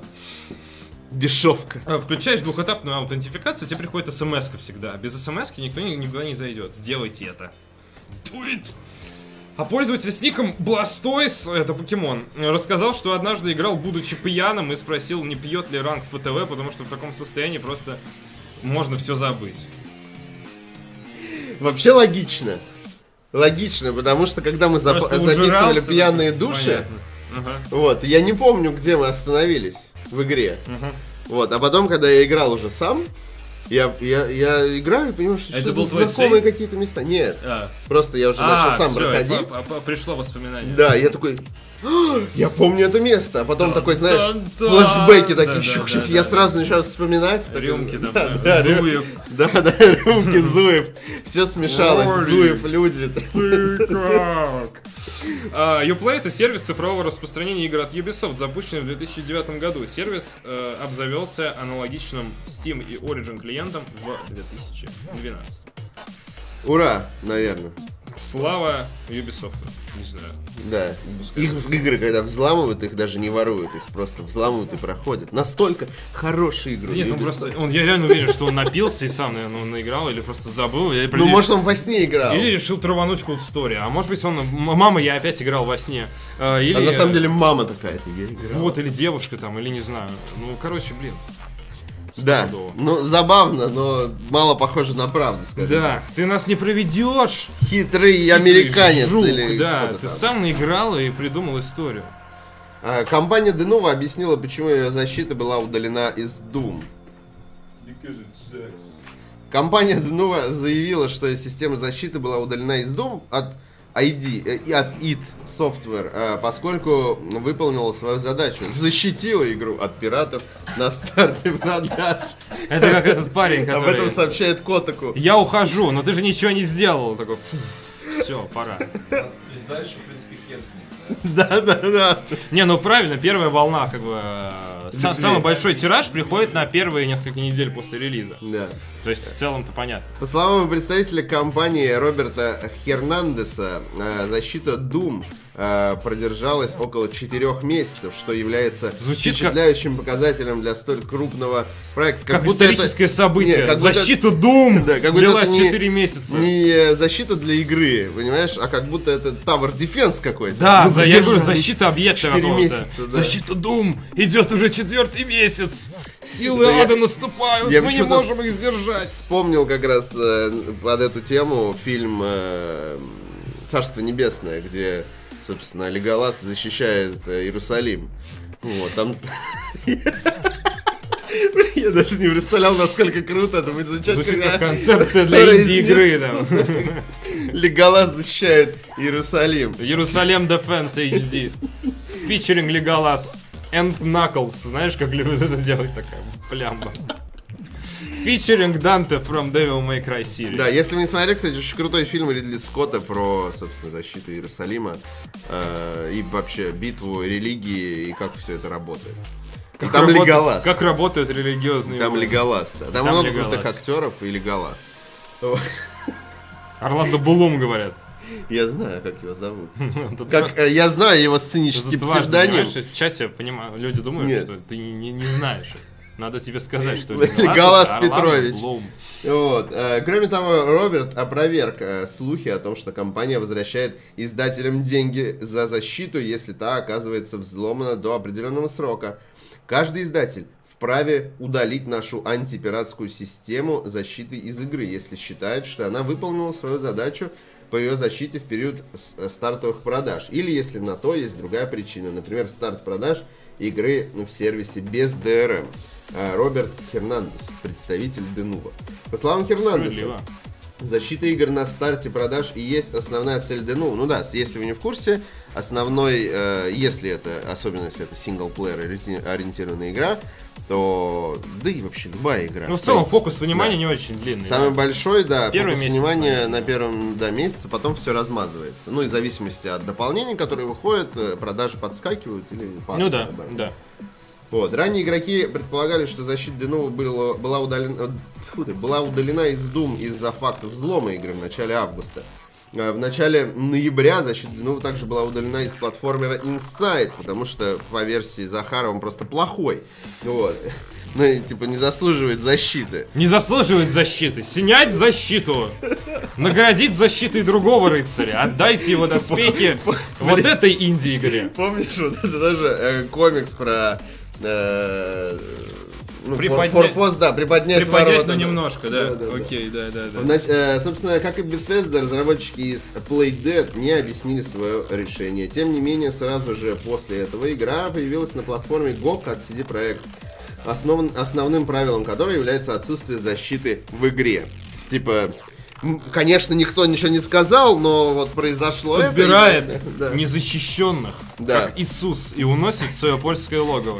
Дешевка. Включаешь двухэтапную аутентификацию, тебе приходит смс всегда. Без смс никто ни- никуда не зайдет. Сделайте это. Do it! А пользователь с ником Blastoise, это покемон, рассказал, что однажды играл, будучи пьяным, и спросил, не пьет ли ранг ФТВ, потому что в таком состоянии просто можно все забыть. Вообще логично. Логично, потому что когда мы зап- Просто записывали ужирался, пьяные да, души, понятно. Ага. вот, я не помню, где мы остановились в игре. Мгм. Вот, а потом, когда я играл уже сам, я, я, я играю и понимаю, что Это что-то был твой знакомые сейв? какие-то места. Нет, А, просто я уже А, начал сам всё, проходить. по- по- пришло воспоминание. Да, я такой, «А, я помню это место, а потом Да, такой, знаешь, да, флешбеки да, такие, да, щук-щук, да, я да. сразу начал вспоминать. такой, Рюмки там, да, да, да, рю- Зуев. Да, да, рюмки, Зуев, все смешалось, Ой. Зуев, люди. Ты как? А, Uplay — это сервис цифрового распространения игр от Ubisoft, запущенный в две тысячи девятом году. Сервис э, обзавелся аналогичным Steam и Origin клиентом в две тысячи двенадцатом. Ура, наверное. Слава Ubisoft. Не знаю. Да. Их игры, когда взламывают, их даже не воруют, их просто взламывают и проходят. Настолько хорошие игры. Нет, он просто, он, я реально уверен, что он напился и сам, наверное, он наиграл, или просто забыл. Или, ну, может, он во сне играл. Или решил травануть Cold Story. А может быть, он, мама, я опять играл во сне. Или, а на самом деле мама такая-то, я играл. Вот, или девушка там, или не знаю. Ну, короче, блин. Да, ну забавно, но мало похоже на правду, скажи. Да, ты нас не проведешь. Хитрый, Хитрый американец. Жук, или да, ты там. сам наиграл и придумал историю. А, компания Denuvo объяснила, почему ее защита была удалена из Doom. Компания Denuvo заявила, что система защиты была удалена из Doom от ай ди и от id Software, поскольку выполнила свою задачу. Защитила игру от пиратов на старте продаж. Это как этот парень, который... Об этом сообщает Котаку. Я ухожу, но ты же ничего не сделал. Такой, все, пора. И дальше, в принципе, хер с ним. Да, да, да. Не, ну правильно, первая волна, как бы, са- самый большой тираж приходит на первые несколько недель после релиза. Да. То есть в целом-то понятно. По словам представителя компании Роберта Хернандеса, защита Doom продержалась около четырех месяцев, что является Звучит впечатляющим как... показателем для столь крупного проекта. Как, как историческое это... Не, событие. как защита будто... Doom да, как длилась не, четыре месяца. Не защита для игры, понимаешь, а как будто это Tower Defense какой-то. Да, ну, да, я говорю, защита объекта четыре месяца, да. Защита Doom идет уже четвертый месяц. Силы да ада я... наступают, я мы не можем их сдержать. Вспомнил как раз э, под эту тему фильм э, «Царство небесное», где, собственно, Леголас защищает э, Иерусалим. Вот, там... Я даже не представлял, насколько круто это будет звучать. Звучит как концепция для инди-игры. Леголас защищает Иерусалим. Иерусалим Defense эйч ди. Фичеринг Леголас. And Knuckles. Знаешь, как любят это делать, такая плямба. Фичеринг Данте from Devil May Cry series. Да, если вы не смотрели, кстати, очень крутой фильм Ридли Скотта про, собственно, защиту Иерусалима э, и вообще битву религии и как все это работает. Как там работает, Леголас. Как работают религиозные... Там Леголас, да. Там, там много Леголас. Крутых актеров и Леголас. Орландо Блум, говорят. Я знаю, как его зовут. Как, я знаю его сценический псевдоним. В чате, понимаю, люди думают, Нет. что ты не, не знаешь. Надо тебе сказать, что Леголас Петрович. Вот. Кроме того, Роберт опроверг слухи о том, что компания возвращает издателям деньги за защиту, если та оказывается взломана до определенного срока. Каждый издатель вправе удалить нашу антипиратскую систему защиты из игры, если считает, что она выполнила свою задачу по ее защите в период стартовых продаж. Или если на то есть другая причина, например, старт продаж игры в сервисе без ди эр эм. Роберт Хернандес, представитель Denuvo. По словам Хернандеса, защита игр на старте продаж и есть основная цель Denuvo. Ну да, если вы не в курсе, основной, э, если это, особенно если это синглплеер ориентированная игра, то, да и вообще любая игра. Ну в целом фокус внимания да. не очень длинный. Самый да? большой, да, Первый фокус месяц, внимания наверное. на первом да, месяце, потом все размазывается. Ну и в зависимости от дополнений, которые выходят, продажи подскакивают или падают. Ну да, да. Вот. Ранее игроки предполагали, что защита Denuvo была, была, удалена, фу, была удалена из Doom из-за фактов взлома игры в начале августа. В начале ноября защита Denuvo также была удалена из платформера Inside, потому что по версии Захара он просто плохой. Вот. Ну и типа не заслуживает защиты. Не заслуживает защиты. Снять защиту. Наградить защитой другого рыцаря. Отдайте его доспехи вот этой инди-игре. Помнишь, вот это тоже э, комикс про... Э, ну, приподня... форпост, да, приподнять, приподнять ворота. ну, Да. немножко, да? Да, да, Окей, да, да, да. Нач... Э, собственно, как и Bethesda, разработчики из Playdead не объяснили свое решение. Тем не менее, сразу же после этого игра появилась на платформе джи о джи от си ди Projekt, основан... основным правилом которой является отсутствие защиты в игре. Типа... Конечно, никто ничего не сказал, но вот произошло Подбирает это. Да. незащищенных, да. как Иисус, и уносит свое польское логово.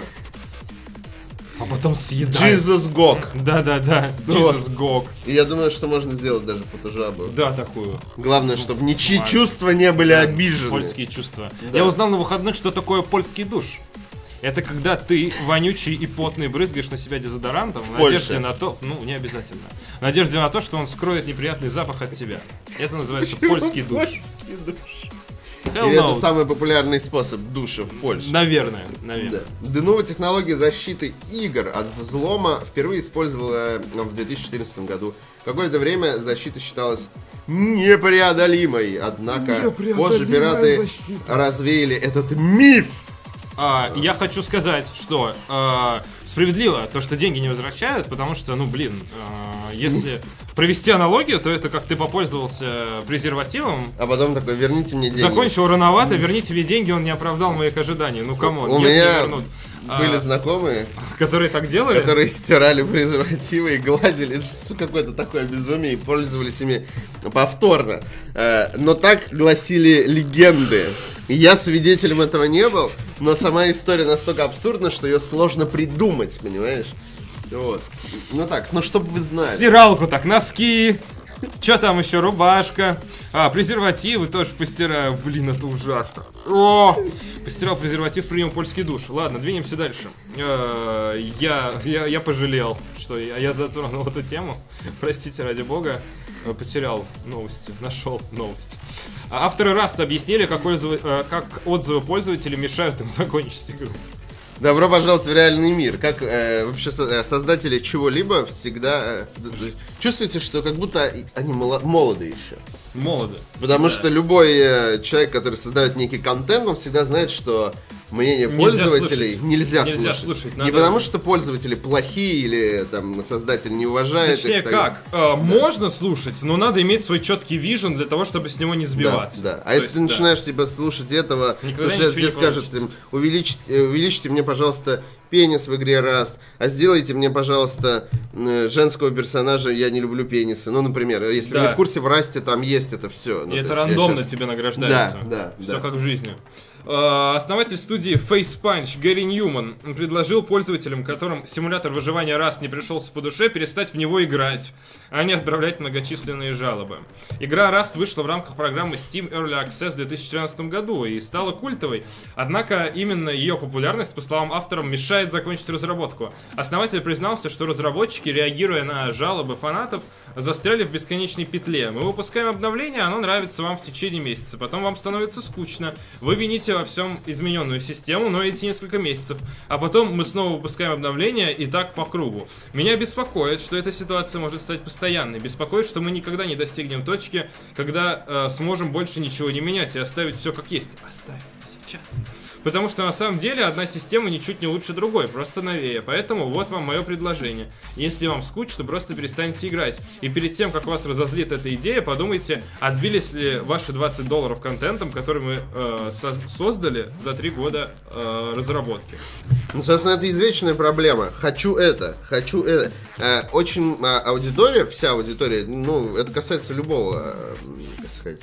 А потом съедает. Jesus Gog. Да-да-да, Jesus Gog. И я думаю, что можно сделать даже фотожабу. Да, такую. Главное, С- чтобы ничьи смарт. чувства не были Да, обижены. Польские чувства. Да. Я узнал на выходных, что такое польский душ. Это когда ты вонючий и потный брызгаешь на себя дезодорантом в Польше. надежде на то, ну, не обязательно, в надежде на то, что он скроет неприятный запах от тебя. Это называется польский душ. Польский душ. Hell И это knows. самый популярный способ душа в Польше. Наверное, наверное. Да. Да, новая технология защиты игр от взлома впервые использовала в две тысячи четырнадцатом году. Какое-то время защита считалась непреодолимой, однако позже пираты развеяли этот миф. А, я хочу сказать, что а, справедливо то, что деньги не возвращают, потому что, ну, блин, а, если провести аналогию, то это как ты попользовался презервативом, А потом такой, верните мне деньги. закончил рановато, верните мне деньги, он не оправдал моих ожиданий. Ну, камон, У нет, не меня вернут. были А, знакомые, которые так делали? которые стирали презервативы и гладили. Что какое-то такое безумие, и пользовались ими повторно. Э, Но так гласили легенды. Я свидетелем этого не был, но сама история настолько абсурдна, что ее сложно придумать, понимаешь? Вот. Ну так, ну чтобы вы знали. Стиралку так, носки, что там еще, рубашка, а, презервативы тоже постираю. Блин, это ужасно. О! Постирал презерватив, принял польский душ. Ладно, двинемся дальше. Э, Я, я, я пожалел, что я, я затронул эту тему. Простите, ради бога. Э, Потерял новости, нашел новость. А Авторы Rust объяснили, как, отзывы, э, как отзывы пользователей мешают им закончить игру. Добро пожаловать в реальный мир. Как э, вообще со- э, создатели чего-либо всегда э, д- д- чувствуете, что как будто и- они моло- молоды еще. Молоды. Потому Да. что любой э, человек, который создает некий контент, он всегда знает, что мнение Нельзя пользователей слушать. нельзя, Нельзя слушать. слушать, Не надо- потому что пользователи плохие или там создатель не уважает Точнее их. так далее. как, э, можно слушать, но надо иметь свой четкий вижен для того, чтобы с него не Да, сбиваться. да. А То если есть, ты да. начинаешь типа слушать этого, Никогда то сейчас ничего тебе не скажут, получится. им, увеличить, э, увеличьте мне, пожалуйста, пенис в игре Rust, а сделайте мне, пожалуйста, э, женского персонажа, я не люблю пенисы. Ну, например, если Да. вы не в курсе, в Расте там есть это все. И это рандомно тебе награждается. Да, да, Все да. как в жизни. Э, Основатель студии Facepunch Гэри Ньюман предложил пользователям, которым симулятор выживания Rust не пришелся по душе, перестать в него играть, а не отправлять многочисленные жалобы. Игра Rust вышла в рамках программы Steam Early Access в две тысячи тринадцатом году и стала культовой. Однако именно ее популярность, по словам авторов, мешает закончить разработку. Основатель признался, что разработчики, реагируя на жалобы фанатов, застряли в бесконечной петле. Мы выпускаем обновление, оно нравится вам в течение месяца, потом вам становится скучно. Вы вините во всем измененную систему, но эти несколько месяцев. А потом мы снова выпускаем обновление и так по кругу. Меня беспокоит, что эта ситуация может стать постоянной. Беспокоит, что мы никогда не достигнем точки, когда э, сможем больше ничего не менять и оставить все как есть. Оставим сейчас. Потому что на самом деле одна система ничуть не лучше другой, просто новее. Поэтому вот вам мое предложение. Если вам скучно, просто перестаньте играть. И перед тем, как вас разозлит эта идея, подумайте, отбились ли ваши двадцать долларов контентом, который мы э, со- создали за три года э, разработки. Ну, собственно, это извечная проблема. Хочу это, хочу это. Э, очень э, аудитория, вся аудитория, ну, это касается любого, э, как сказать,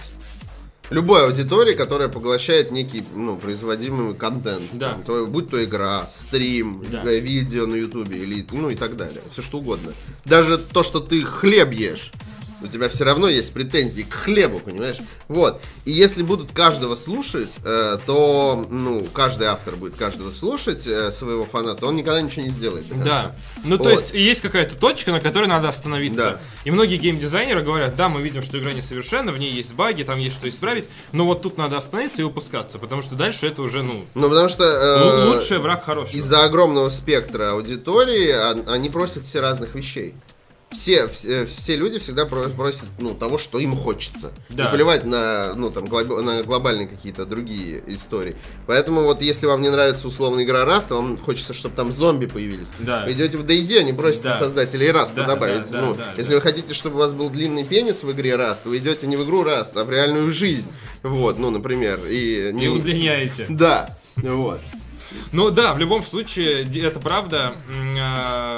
любой аудитории, которая поглощает некий, ну, производимый контент. Да. Там, то- будь то игра, стрим, Да. э, видео на ютубе, или, ну, и так далее. Все что угодно. Даже то, что ты хлеб ешь. У тебя все равно есть претензии к хлебу, понимаешь? Вот. И если будут каждого слушать, э, то, ну, каждый автор будет каждого слушать, э, своего фаната, он никогда ничего не сделает до конца. Да. Ну, то Вот. есть, есть какая-то точка, на которой надо остановиться. Да. И многие геймдизайнеры говорят, да, мы видим, что игра несовершенна, в ней есть баги, там есть что исправить, но вот тут надо остановиться и выпускаться, потому что дальше это уже, ну, Ну, потому что... л- э, лучший враг хорошего. Из-за огромного спектра аудитории он- они просят все разных вещей. Все, все, все люди всегда про- просят, ну, того, что им хочется. Да. Не плевать на, ну, там, глоб- на глобальные какие-то другие истории. Поэтому вот если вам не нравится условно игра Rust, вам хочется, чтобы там зомби появились. Да. Вы идете в DayZ, они просят Да. создателей Rust Да, добавить. да, ну, да, да, если да. вы хотите, чтобы у вас был длинный пенис в игре Rust, вы идете не в игру Rust, а в реальную жизнь. Вот, ну, например. И, Не удлиняете. Да. Вот. Ну да, в любом случае, ди- это правда. М, а,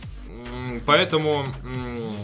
м, Поэтому м,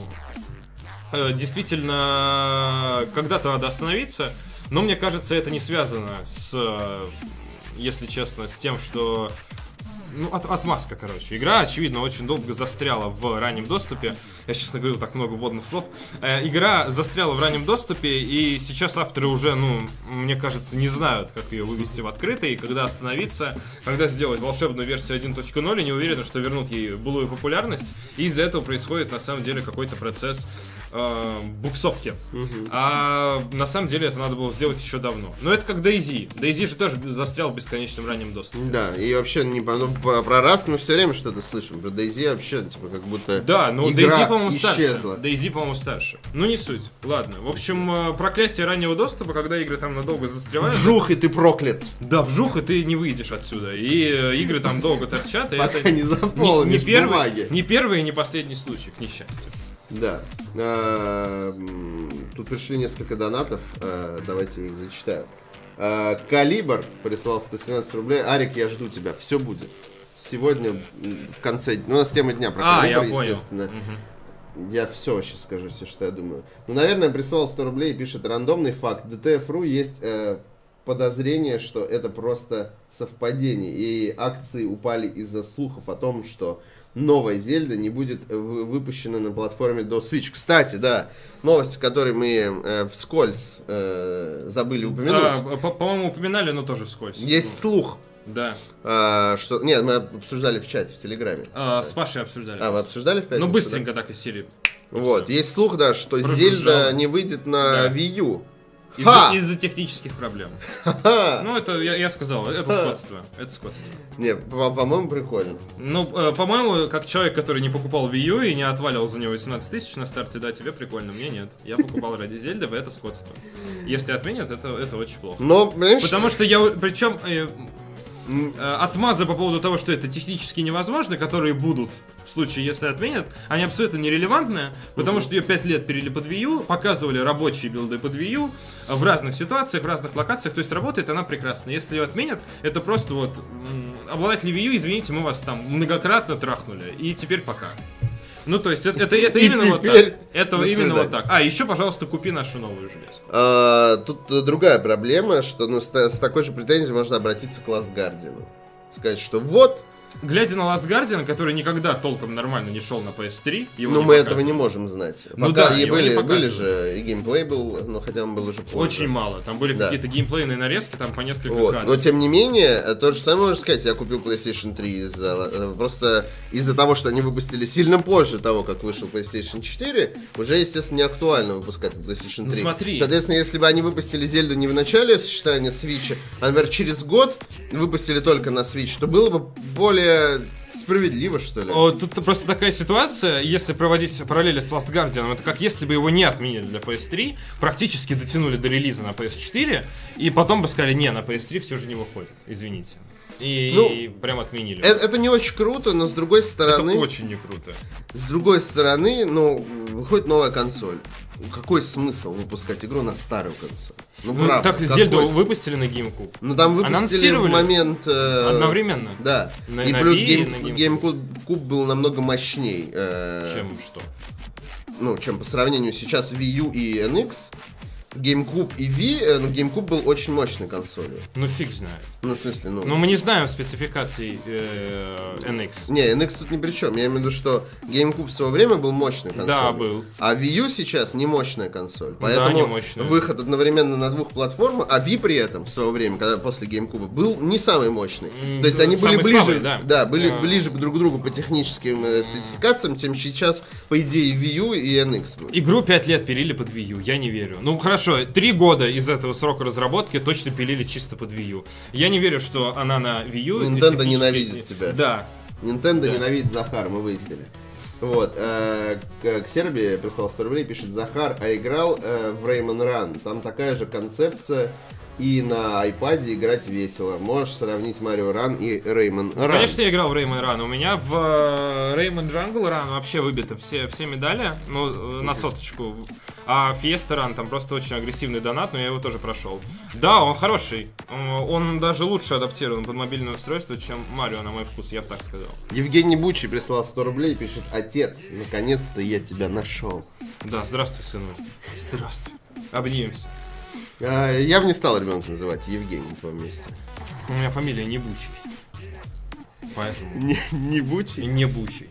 э, действительно когда-то надо остановиться. Но мне кажется, это не связано с, э, если честно, с тем, что ну, от, отмазка, короче. Игра, очевидно, очень долго застряла в раннем доступе. Я, честно говорю, так много вводных слов. Э, игра застряла в раннем доступе, и сейчас авторы уже, ну, мне кажется, не знают, как ее вывести в открытый, и когда остановиться, когда сделать волшебную версию один точка ноль, и не уверены, что вернут ей былую популярность, и из-за этого происходит, на самом деле, какой-то процесс э, буксовки. Uh-huh. А на самом деле это надо было сделать еще давно. Но это как DayZ. DayZ же тоже застрял в бесконечном раннем доступе. Да, и вообще не ну, про, про Rust мы все время что-то слышим. Про DayZ вообще, типа, как будто да, но игра DayZ, по-моему, старше. исчезла. DayZ, по-моему, старше. Ну, не суть. Ладно. В общем, проклятие раннего доступа, когда игры там надолго застревают. Вжух, и ты проклят. Да, вжух, и ты не выйдешь отсюда. И игры там долго торчат. И пока это не заполнишь бумаги. Не первый и не последний случай, к несчастью. Да. Тут пришли несколько донатов. Давайте их зачитаю. Калибр прислал сто семнадцать рублей. Арик, я жду тебя. Все будет. Сегодня в конце... Ну, у нас тема дня про а, Калибр, я естественно. Понял. Угу. Я все вообще скажу, все, что я думаю. Ну, наверное, прислал сто рублей и пишет рандомный факт. ди ти эф точка ру есть э, подозрение, что это просто совпадение. И акции упали из-за слухов о том, что новая Зельда не будет выпущена на платформе до Switch. Кстати, да, новость, которую мы э, вскользь э, забыли упомянуть. А, по- по-моему, упоминали, но тоже вскользь. Есть слух. Да. А, что... Нет, мы обсуждали в чате, в Телеграме. А, с Пашей обсуждали. А, вы обсуждали в пятницу? Ну, быстренько да? так из серии. Вот, все. есть слух, да, что Прожужжало. Зельда не выйдет на Да. Wii U. Из-за, из-за технических проблем. Ха-ха. Ну, это я, я сказал, это скотство. Это скотство. Не, по- по-моему, прикольно. Ну, э, по-моему, как человек, который не покупал Wii U и не отваливал за него восемнадцать тысяч на старте, да, тебе прикольно, мне нет. Я покупал ради Зельды, это скотство. Если отменят, это, это очень плохо. Но, понимаешь, Потому что я, причем, э, э, отмазы по поводу того, что это технически невозможно, которые будут в случае, если отменят, они абсолютно нерелевантные, потому что ее пять лет перели под Wii U, показывали рабочие билды под Wii U в разных ситуациях, в разных локациях, то есть работает она прекрасно. Если ее отменят, это просто вот м, обладатели Wii U, извините, мы вас там многократно трахнули, и теперь пока. Ну, то есть, это, это, это И именно вот теперь так. Это до именно свидания. вот так. А, еще, пожалуйста, купи нашу новую железку. а, тут э, другая проблема, что ну, с, та- с такой же претензией можно обратиться к Last Guardian. Сказать, что вот, Глядя на Last Guardian, который никогда толком нормально не шел на пи эс три, его но не мы этого показывали. не можем знать. Ну Пока да, и его не были, были показывают. же, и геймплей был, но хотя он был уже позже. Очень мало. Там были Да. какие-то геймплейные нарезки, там по несколько Вот. кадров. Но тем не менее, э, то же самое можно сказать. Я купил PlayStation три из-за, э, просто из-за того, что они выпустили сильно позже того, как вышел PlayStation четыре, уже, естественно, не актуально выпускать на PlayStation три. Ну, смотри. Соответственно, если бы они выпустили Зельду не в начале сочетания Switch, а, например, через год выпустили только на Switch, то было бы более справедливо, что ли. О, тут просто такая ситуация, если проводить параллели с Last Guardian, это как если бы его не отменили для пи эс три, практически дотянули до релиза на пи эс четыре, и потом бы сказали, не, на пи эс три все же не выходит, извините. И, Ну, и прям отменили. Это, это не очень круто, но с другой Это стороны... очень не круто. С другой стороны, ну, выходит новая консоль. Какой смысл выпускать игру на старую консоль? Ну, Ну, правда, так какой? Зельду выпустили на GameCube. Ну, там выпустили Анонсировали в момент... э, одновременно. Да. На- и на плюс Wii и гейм, на GameCube. GameCube был намного мощней. э, Чем что? Ну, чем по сравнению сейчас Wii U и эн икс. GameCube и Wii, э, ну, GameCube был очень мощной консолью. Ну фиг знает. Ну, в смысле, ну... Но мы не знаем спецификаций э, эн икс. Не, эн икс тут ни при чем. Я имею в виду, что GameCube в свое время был мощной консолью. Да, был. А Wii U сейчас не мощная консоль. Да, Поэтому не мощная. выход одновременно на двух платформах, а Wii при этом в свое время, когда после GameCube, был не самый мощный. М, То есть они были самый ближе, слабый, да. были А. ближе к друг другу по техническим э, спецификациям, чем сейчас, по идее, Wii U и эн икс. был. Игру пять лет пилили под Wii U, я не верю. Ну хорошо, три года из этого срока разработки точно пилили чисто под Wii U. Я не верю, что она на Wii U... Nintendo технически- ненавидит тебя. Да. Nintendo Да. ненавидит Захар, мы выяснили. Вот, э, к, к Сербии прислал сто рублей, пишет Захар, а играл э, в Rayman Run. Там такая же концепция, и на iPad играть весело. Можешь сравнить Mario Run и Rayman Run. Конечно, я играл в Rayman Run. У меня в э, Rayman Jungle Run вообще выбиты все, все медали, ну, э, на соточку. А Fiesta Run там просто очень агрессивный донат, но я его тоже прошел. Да, он хороший. Он, он даже лучше адаптирован под мобильное устройство, чем Марио, на мой вкус, я бы так сказал. Евгений Бучи прислал сто рублей, пишет: отец, наконец-то я тебя нашел. Да, здравствуй, сынок. Здравствуй. Обнимемся. А, я бы не стал ребенка называть Евгений в твоем месте. У меня фамилия не Бучий. Поэтому. Не, не бучий. Не бучий.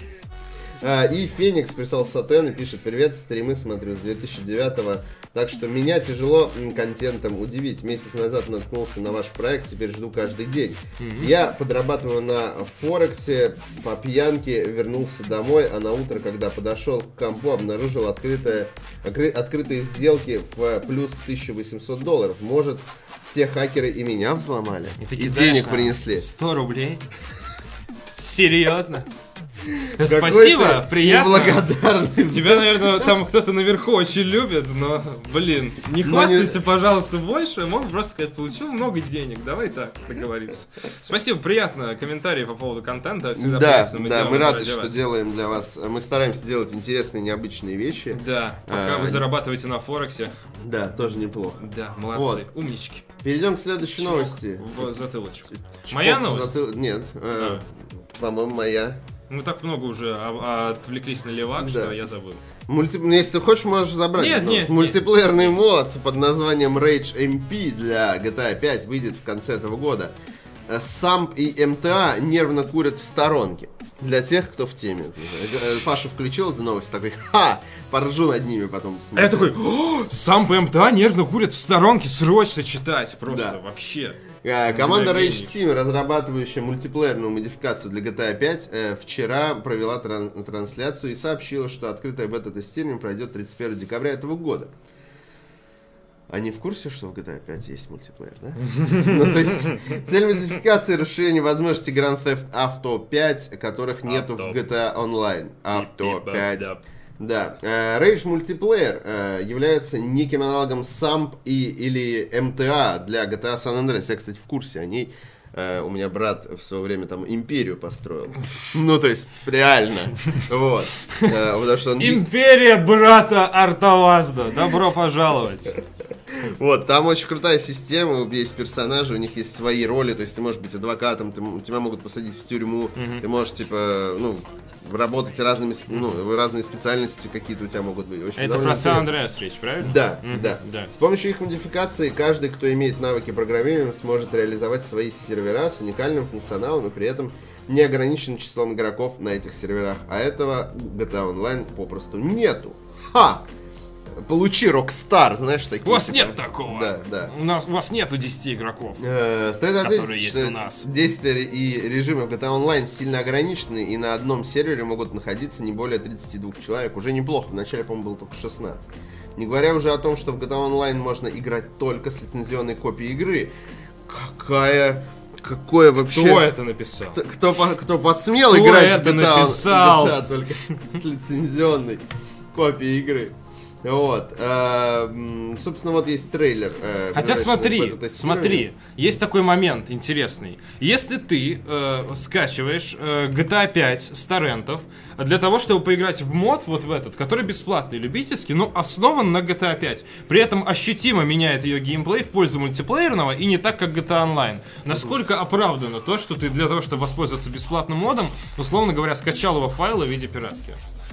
А, и Феникс прислал Сатен и пишет: привет, стримы смотрю с две тысячи девятого, так что меня тяжело м, контентом удивить. Месяц назад наткнулся на ваш проект, теперь жду каждый день. Mm-hmm. Я подрабатываю на Форексе, по пьянке вернулся домой, а на утро, когда подошел к компу, обнаружил открытое, откры, открытые сделки в плюс тысяча восемьсот долларов. Может, те хакеры и меня взломали? И, и денег принесли. сто рублей? Серьезно? Спасибо, приятно. Неблагодарный. Тебя, наверное, там кто-то наверху очень любит, но, блин, не хвастайся, пожалуйста, больше. Мог просто сказать, получил много денег. Давай так договоримся. Спасибо, приятно. Комментарии по поводу контента. Всегда да, приятно. Мы да, мы рады, что вас. делаем для вас. Мы стараемся делать интересные, необычные вещи. Да, пока а, вы зарабатываете на Форексе. Да, тоже неплохо. Да, молодцы, вот. Умнички. Перейдем к следующей Чмок новости. В затылочку. Чпок Моя новость? Затыл... Нет, а. э, по-моему, моя. Мы так много уже отвлеклись на левак, да. что я забыл. Мульти... Если ты хочешь, можешь забрать. Нет, нет, Мультиплеерный нет. мод под названием Rage эм пи для джи ти эй пять выйдет в конце этого года. Самп и эм ти эй нервно курят в сторонке. Для тех, кто в теме. Паша включил эту новость, такой: ха! Поржу над ними потом. А я такой: Самп и эм ти эй нервно курят в сторонке, срочно читать. Просто да. вообще. Команда Rage Team, разрабатывающая мультиплеерную модификацию для джи ти эй пять, э, вчера провела тран- трансляцию и сообщила, что открытое бета-тестирование пройдет тридцать первого декабря этого года. Они в курсе, что в джи ти эй пять есть мультиплеер, да? Ну, то есть, цель модификации — расширение возможностей Grand Theft Auto пять, которых нету в джи ти эй Online. Auto пять. Да, Rage Multiplayer э, является неким аналогом Самп и, или эм ти эй для джи ти эй San Andreas. Я, кстати, в курсе о ней. Э, у меня брат в свое время там империю построил. Ну, то есть, реально. Вот. Э, потому что он... Империя брата Артавазда. Добро пожаловать. Вот, там очень крутая система, есть персонажи, у них есть свои роли, то есть ты можешь быть адвокатом, ты, тебя могут посадить в тюрьму, mm-hmm. ты можешь, типа, ну, работать разными, ну, разные специальности какие-то у тебя могут быть. Очень Это про San Andreas речь, правильно? Да, mm-hmm. да, да. С помощью их модификации каждый, кто имеет навыки программирования, сможет реализовать свои сервера с уникальным функционалом и при этом не ограниченным числом игроков на этих серверах. А этого в джи ти эй Online попросту нету. Ха! Получи Rockstar, знаешь, такие. У вас типа... нет такого. Да, да. У нас у вас нету десяти игроков, э, стоит ответить, которые есть у нас. Действия и режимы в джи ти эй Online сильно ограничены, и на одном сервере могут находиться не более тридцати двух человек. Уже неплохо. Вначале, по-моему, было только шестнадцать. Не говоря уже о том, что в джи ти эй Online можно играть только с лицензионной копией игры. Какая... Какое вообще... Кто это написал? Кто, кто, кто посмел кто играть это в джи ти эй, написал? джи ти эй только с лицензионной копией игры. Вот, э, собственно, вот есть трейлер. Э, Хотя смотри, смотри, есть такой момент интересный. Если ты э, скачиваешь э, джи ти эй пять с торрентов для того, чтобы поиграть в мод, вот в этот, который бесплатный, любительский, но основан на джи ти эй пять, при этом ощутимо меняет ее геймплей в пользу мультиплеерного и не так, как джи ти эй Online. Насколько оправдано то, что ты для того, чтобы воспользоваться бесплатным модом, условно говоря, скачал его файлы в виде пиратки?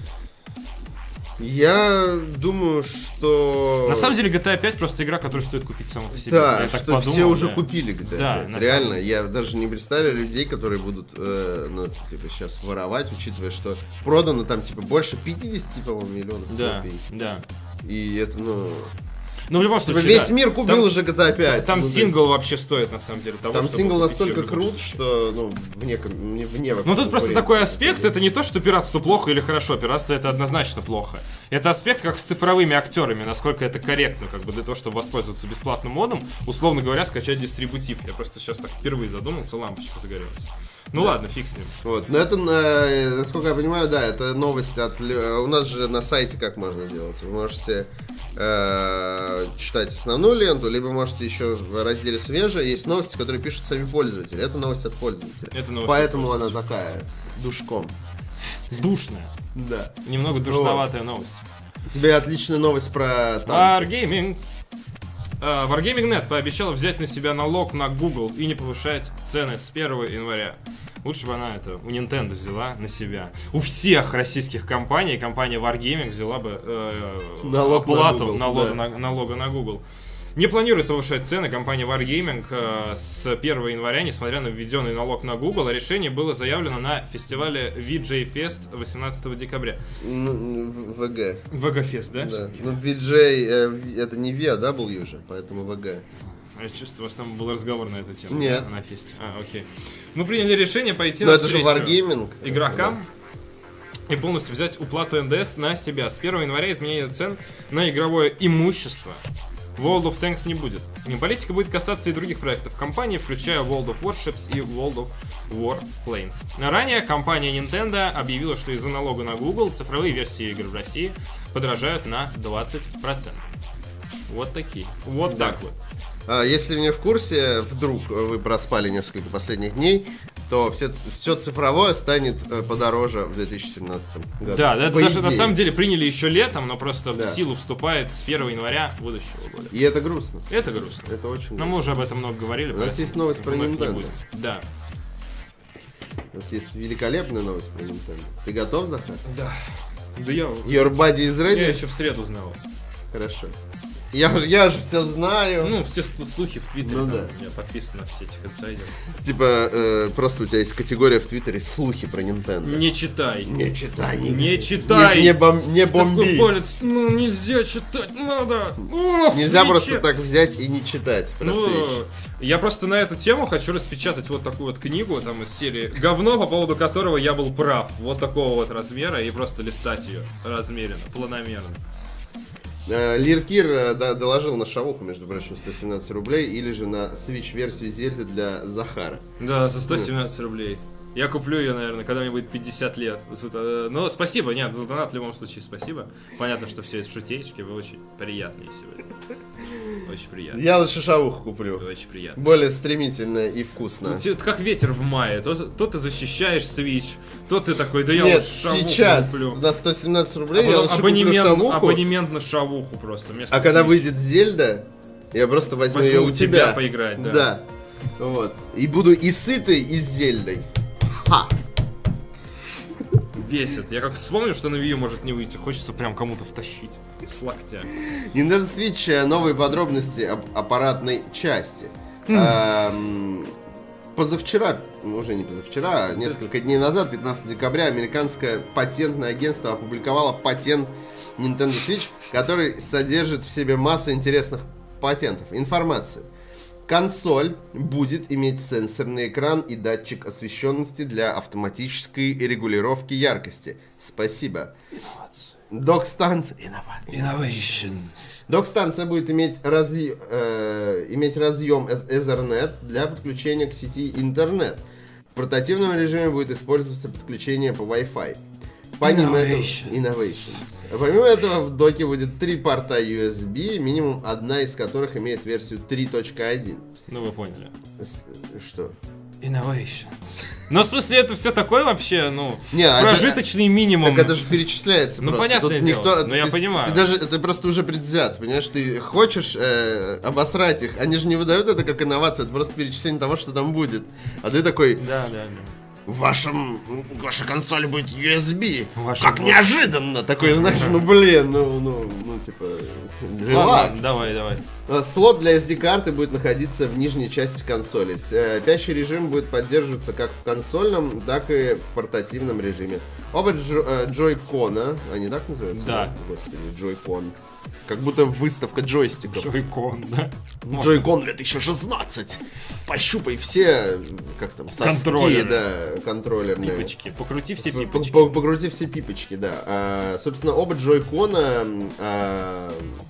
Я думаю, что... На самом деле джи ти эй пять просто игра, которую стоит купить саму по себе. Да, я что так подумал, все уже да. купили джи ти эй да, пять. Реально, самом... я даже не представляю людей, которые будут, э, ну, типа, сейчас воровать, учитывая, что продано там, типа, больше пятидесяти, по-моему, миллионов да, копий. Да, и это, ну... Ну, в любом случае, типа, весь да. мир купил там, уже джи ти эй пять. Там ну, сингл есть... вообще стоит, на самом деле, того, там сингл настолько крут, случае. что, ну, вне, вне Ну, тут просто такой аспект, это не то, что пиратство плохо или хорошо, пиратство это однозначно плохо. Это аспект, как с цифровыми актерами, насколько это корректно, как бы, для того, чтобы воспользоваться бесплатным модом, условно говоря, скачать дистрибутив. Я просто сейчас так впервые задумался, лампочка загорелась. Ну да. Ладно, фиг с ним. Вот, но это, насколько я понимаю, да, это новость от... У нас же на сайте как можно делать? Вы можете э, читать основную ленту, либо можете еще в разделе «Свежее» есть новости, которые пишут сами пользователи. Это новость от пользователя. Это новость Поэтому от она такая, с душком. Душная. Да. Немного душноватая вот. Новость. У тебя отличная новость про... Wargaming. Uh, Wargaming точка нет пообещала взять на себя налог на Google и не повышать цены с первого января. Лучше бы она это у Nintendo взяла на себя. У всех российских компаний компания Wargaming взяла бы э, налог оплату на Google, налога, да. на, налога на Google. Не планирует повышать цены. Компания Wargaming э, с первого января, несмотря на введенный налог на Google, решение было заявлено на фестивале ви джей Fest восемнадцатого декабря. Ну, в- ВГ. ви джей Fest, да? Да. всё-таки? Ну, ви джей, э, в- это не ви, а дабл ю же, поэтому ВГ. Я чувствую, у вас там был разговор на эту тему. Нет. Да, на фесте. А, окей. Мы приняли решение пойти Но на это же встречу Wargaming. игрокам и полностью взять уплату эн дэ эс на себя. С первого января изменение цен на игровое имущество World of Tanks не будет. Политика будет касаться и других проектов компании, включая World of Warships и World of Warplanes. Ранее компания Nintendo объявила, что из-за налога на Google цифровые версии игр в России подорожают на двадцать процентов. Вот такие. Вот Да. так вот. А, Если не в курсе, вдруг вы проспали несколько последних дней, то все, все цифровое станет э, подороже в две тысячи семнадцатом году. Да, да, это По даже на идее. самом деле приняли еще летом, но просто Да. в силу вступает с первого января будущего года. И это грустно. Это грустно. Это очень Но грустно. мы уже об этом много говорили. У нас поэтому есть новость про вновь не Nintendo. будем. Да. У нас есть великолепная новость про Nintendo. Ты готов, Захар? Да. Да я, Your body is ready? я еще в среду знал. Хорошо. Я, же- я же все знаю. Ну, все слу- слухи в Твиттере, Ну там, да. я подписан на все этих инсайдеров. Типа, э, просто у тебя есть категория в Твиттере слухи про Nintendo. Не читай. Не читай. Не читай. Не, не, бом- не Такой бомби. палец, ну нельзя читать, надо. О, Нельзя свечи. просто так взять и не читать про Ну, Switch. я просто на эту тему хочу распечатать вот такую вот книгу там из серии «Говно, по поводу которого я был прав». Вот такого вот размера и просто листать ее размеренно, планомерно. Э, Лиркир э, да, доложил на шавуху, между прочим, сто семнадцать рублей, или же на Switch-версию Зельды для Захара. Да, за сто семнадцать рублей. Я куплю ее, наверное, когда мне будет пятьдесят лет. За то- Но спасибо, нет, за донат в любом случае спасибо. Понятно, что все это шутеечки, вы очень приятные сегодня. Очень приятно. Я лучше шавуху куплю. Очень приятно. Более стремительно и вкусно. Ну, тебе как ветер в мае. То, то ты защищаешь Switch, то ты такой, да я Нет, лучше шавуху сейчас куплю. на сто семнадцать А рублей я потом лучше куплю абонемент, шавуху, абонемент на шавуху просто. вместо а когда Switch. выйдет Зельда, я просто возьму, Возьму ее у у тебя тебя. поиграть, да. Да. Вот. И буду и сытый, и с Зельдой. Ха! Бесит. Я как вспомню, что на Wii U может не выйти, хочется прям кому-то втащить. С локтя. Nintendo Switch, э, новые подробности об аппаратной части. Хм. Эм, Позавчера, ну, уже не позавчера, а несколько дней назад, пятнадцатого декабря, американское патентное агентство опубликовало патент Nintendo Switch, который содержит в себе массу интересных патентов. Информация. Консоль будет иметь сенсорный экран и датчик освещенности для автоматической регулировки яркости. Спасибо. Док-станция. Innovations. Док-станция будет иметь, разъ- э, иметь разъем Ethernet для подключения к сети интернет. В портативном режиме будет использоваться подключение по Wi-Fi. Помимо этого, Innovations. Помимо этого в доке будет три порта ю эс би, минимум одна из которых имеет версию три точка один. Ну вы поняли. С- Что? Innovations. Ну, в смысле, это все такое вообще, ну, Не, а это- прожиточный минимум. Так это же перечисляется. Ну, просто. понятное Тут дело, никто, но я ты- понимаю. Ты даже, ты просто уже предвзят, понимаешь? Ты хочешь э, обосрать их, они же не выдают это как инновация, это просто перечисление того, что там будет. А ты такой, Да, да, да. в вашем, в вашей консоли будет ю эс би. Ваша Как вот- неожиданно! Такой, знаешь, ну блин, ну, ну, ну, типа, Ладно, релакс. давай, давай. А, Слот для эс ди-карты будет находиться в нижней части консоли. С- э, Спящий режим будет поддерживаться как в консольном, так и в портативном режиме. Оба джо- э, джойкона, они так называются? Да. Господи, джойкон. Как будто выставка джойстиков. Джойкон, да? Джойкон две тысячи шестнадцать. Пощупай все, как там, соски, Контроллеры. да, контроллерные. Пипочки. Покрути все П- пипочки. п- Покрути все пипочки, да. А, собственно, оба джойкона, а,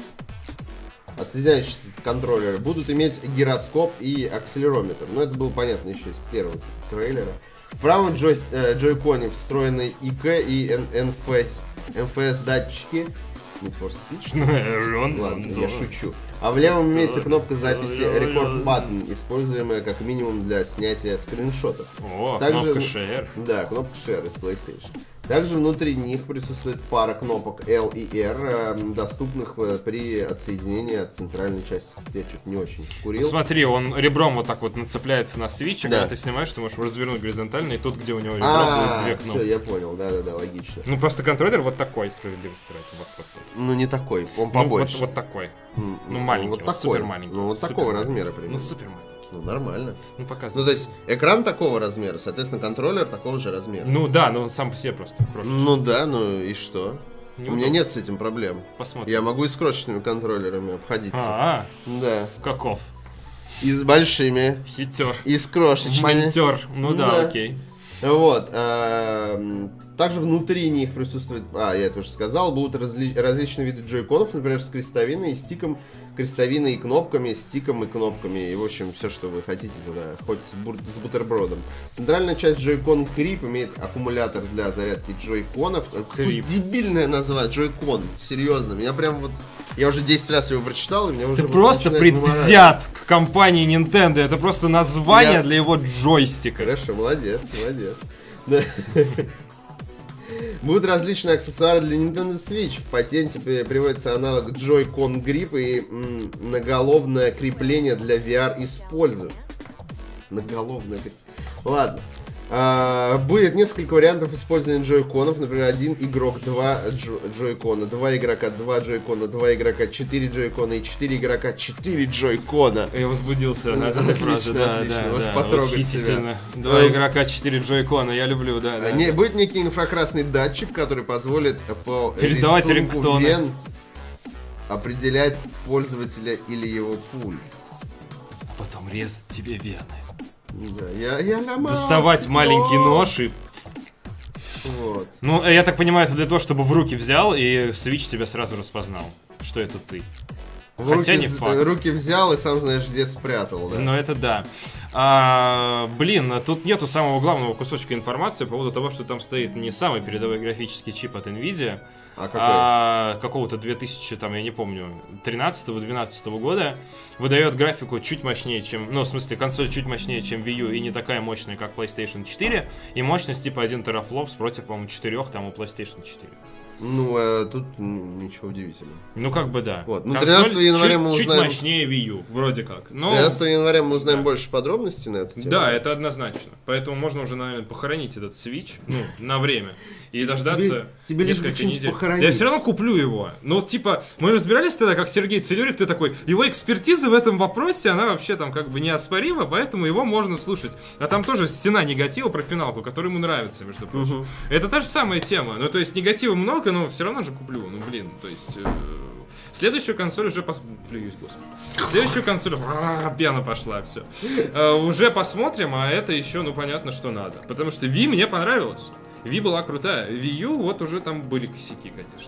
отсоединяющиеся контроллеры, будут иметь гироскоп и акселерометр. Но это было понятно еще из первого трейлера. В правом джой, э, джойконе встроены и кей и эн эф эс, эн эф эс датчики. Need for Speech? Ладно, я шучу. А в левом имеется кнопка записи Record Button, используемая как минимум для снятия скриншотов. О, Также- кнопка Share. Да, кнопка Share из PlayStation. Также внутри них присутствует пара кнопок L и R, доступных при отсоединении от центральной части. Я что-то не очень курил. Ну, смотри, он ребром вот так вот нацепляется на свитч, а да. когда ты снимаешь, ты можешь развернуть горизонтально, и тут, где у него ребром, а, будет две кнопки. Все, я понял, да-да-да, логично. Ну, просто контроллер вот такой, справедливости ради. Вот, вот, вот. Ну, не такой, он Ну, побольше. вот, вот такой. Mm, Ну, маленький, вот вот такой. супер маленький. Ну, вот Супер такого маленький. размера примерно. Ну, супер маленький. Ну, нормально. Ну, показывай. Ну, то есть, экран такого размера, соответственно, контроллер такого же размера. Ну, да, но он сам по себе просто крошечный. Ну, да, ну и что? Не У меня удобно. нет с этим проблем. Посмотрим. Я могу и с крошечными контроллерами обходиться. А, Да. каков? И с большими, Хитер. и с крошечными. Монтер. Ну да, Да. окей. Вот. а, Также внутри них присутствует, а, я это уже сказал, будут разли- различные виды джойконов, например, с крестовиной и стиком, крестовиной и кнопками, стиком и кнопками, и, в общем, все, что вы хотите туда, хоть с, бур- с бутербродом. Центральная часть джойкон Grip имеет аккумулятор для зарядки джойконов. Какое Grip. дебильное название, джойкон, серьезно, меня прям вот, я уже десять раз его прочитал, и меня уже Ты вот просто начинает вымораживать. предвзят к компании Nintendo. Это просто название Я- для его джойстика. Хорошо, молодец, молодец. Да. Будут различные аксессуары для Nintendo Switch. В патенте при- приводится аналог Joy-Con Grip и м, наголовное крепление для ви ар используют. Наголовное крепление. Ладно. А, будет несколько вариантов использования джойконов. Например, один игрок, два джо- джойкона, два игрока, два джойкона, два игрока, четыре джойкона и четыре игрока, четыре джойкона. Я возбудился на Отлично, этой фразе, да, отлично, да, можешь да, потрогать восхитительно. себя. Два Ну, игрока, четыре джойкона, я люблю, да, да. А, не, будет некий инфракрасный датчик, который позволит по Передавать рисунку рингтоны. вен определять пользователя или его пульс. А потом резать тебе вены. Да, я, я ломал. Доставать маленький нож и... Вот. Ну, я так понимаю, это для того, чтобы в руки взял, и Switch тебя сразу распознал, что это ты. В Хотя руки, не з- факт. руки взял и сам знаешь где спрятал, да? Но это да. А, блин, тут нету самого главного кусочка информации по поводу того, что там стоит не самый передовой графический чип от Nvidia, А какой? а какого-то две тысячи, там, я не помню, тринадцатого-двенадцатого года. Выдает графику чуть мощнее, чем... Ну, в смысле, консоль чуть мощнее, чем Wii U, и не такая мощная, как PlayStation четыре. И мощность типа один терафлопс против, по-моему, четыре там у PlayStation четыре. Ну, а тут м, ничего удивительного. Ну, как бы да. Вот. Ну, Консоль тринадцатого января чуть, мы чуть узнаем- мощнее Wii U, вроде как. Но... тринадцатого января мы узнаем Да. больше подробностей на эту тему. Да, это однозначно. Поэтому можно уже, наверное, похоронить этот Switch, ну, на время. И дождаться тебе лишь бы несколько что-нибудь недель. похоронить. Я все равно куплю его. Но, типа, мы разбирались тогда, как Сергей Целюрик, ты такой, его экспертиза в этом вопросе, она вообще там как бы неоспорима, поэтому его можно слушать. А там тоже стена негатива про финалку, который ему нравится, между прочим. Мгм. Это та же самая тема. Ну, то есть, негатива много, но все равно же куплю. Ну, блин, то есть... э, Следующую консоль уже пос... Плююсь, господи. Следующую консоль... А, пена пошла, все. Уже посмотрим, а это еще, ну, понятно, что надо. Потому что Wii мне понравилось. Wii была крутая. Wii U, вот уже там были косяки, конечно.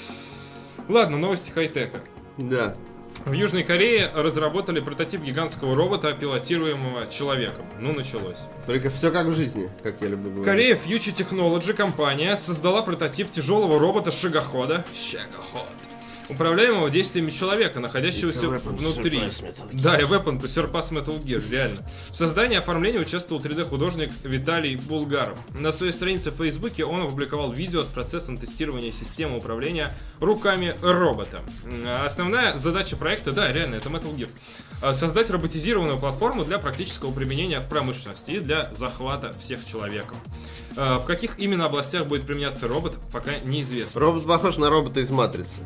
Ладно, новости хай-тека. Да. В Южной Корее разработали прототип гигантского робота, пилотируемого человеком. Ну, началось. Только все как в жизни, как я люблю говорить. Корея Future Technology компания создала прототип тяжелого робота-шагохода, шагоход, управляемого действиями человека, находящегося It's a weapon to внутри. surpass Metal Gear. Да, и weapon to surpass Metal Gear, реально. В создании и оформлении участвовал три дэ-художник Виталий Булгаров. На своей странице в Фейсбуке он опубликовал видео с процессом тестирования системы управления руками робота. А Основная задача проекта, да, реально, это Metal Gear. А, Создать роботизированную платформу для практического применения в промышленности и для захвата всех человеком. А, В каких именно областях будет применяться робот, пока неизвестно. Робот похож на робота из Матрицы.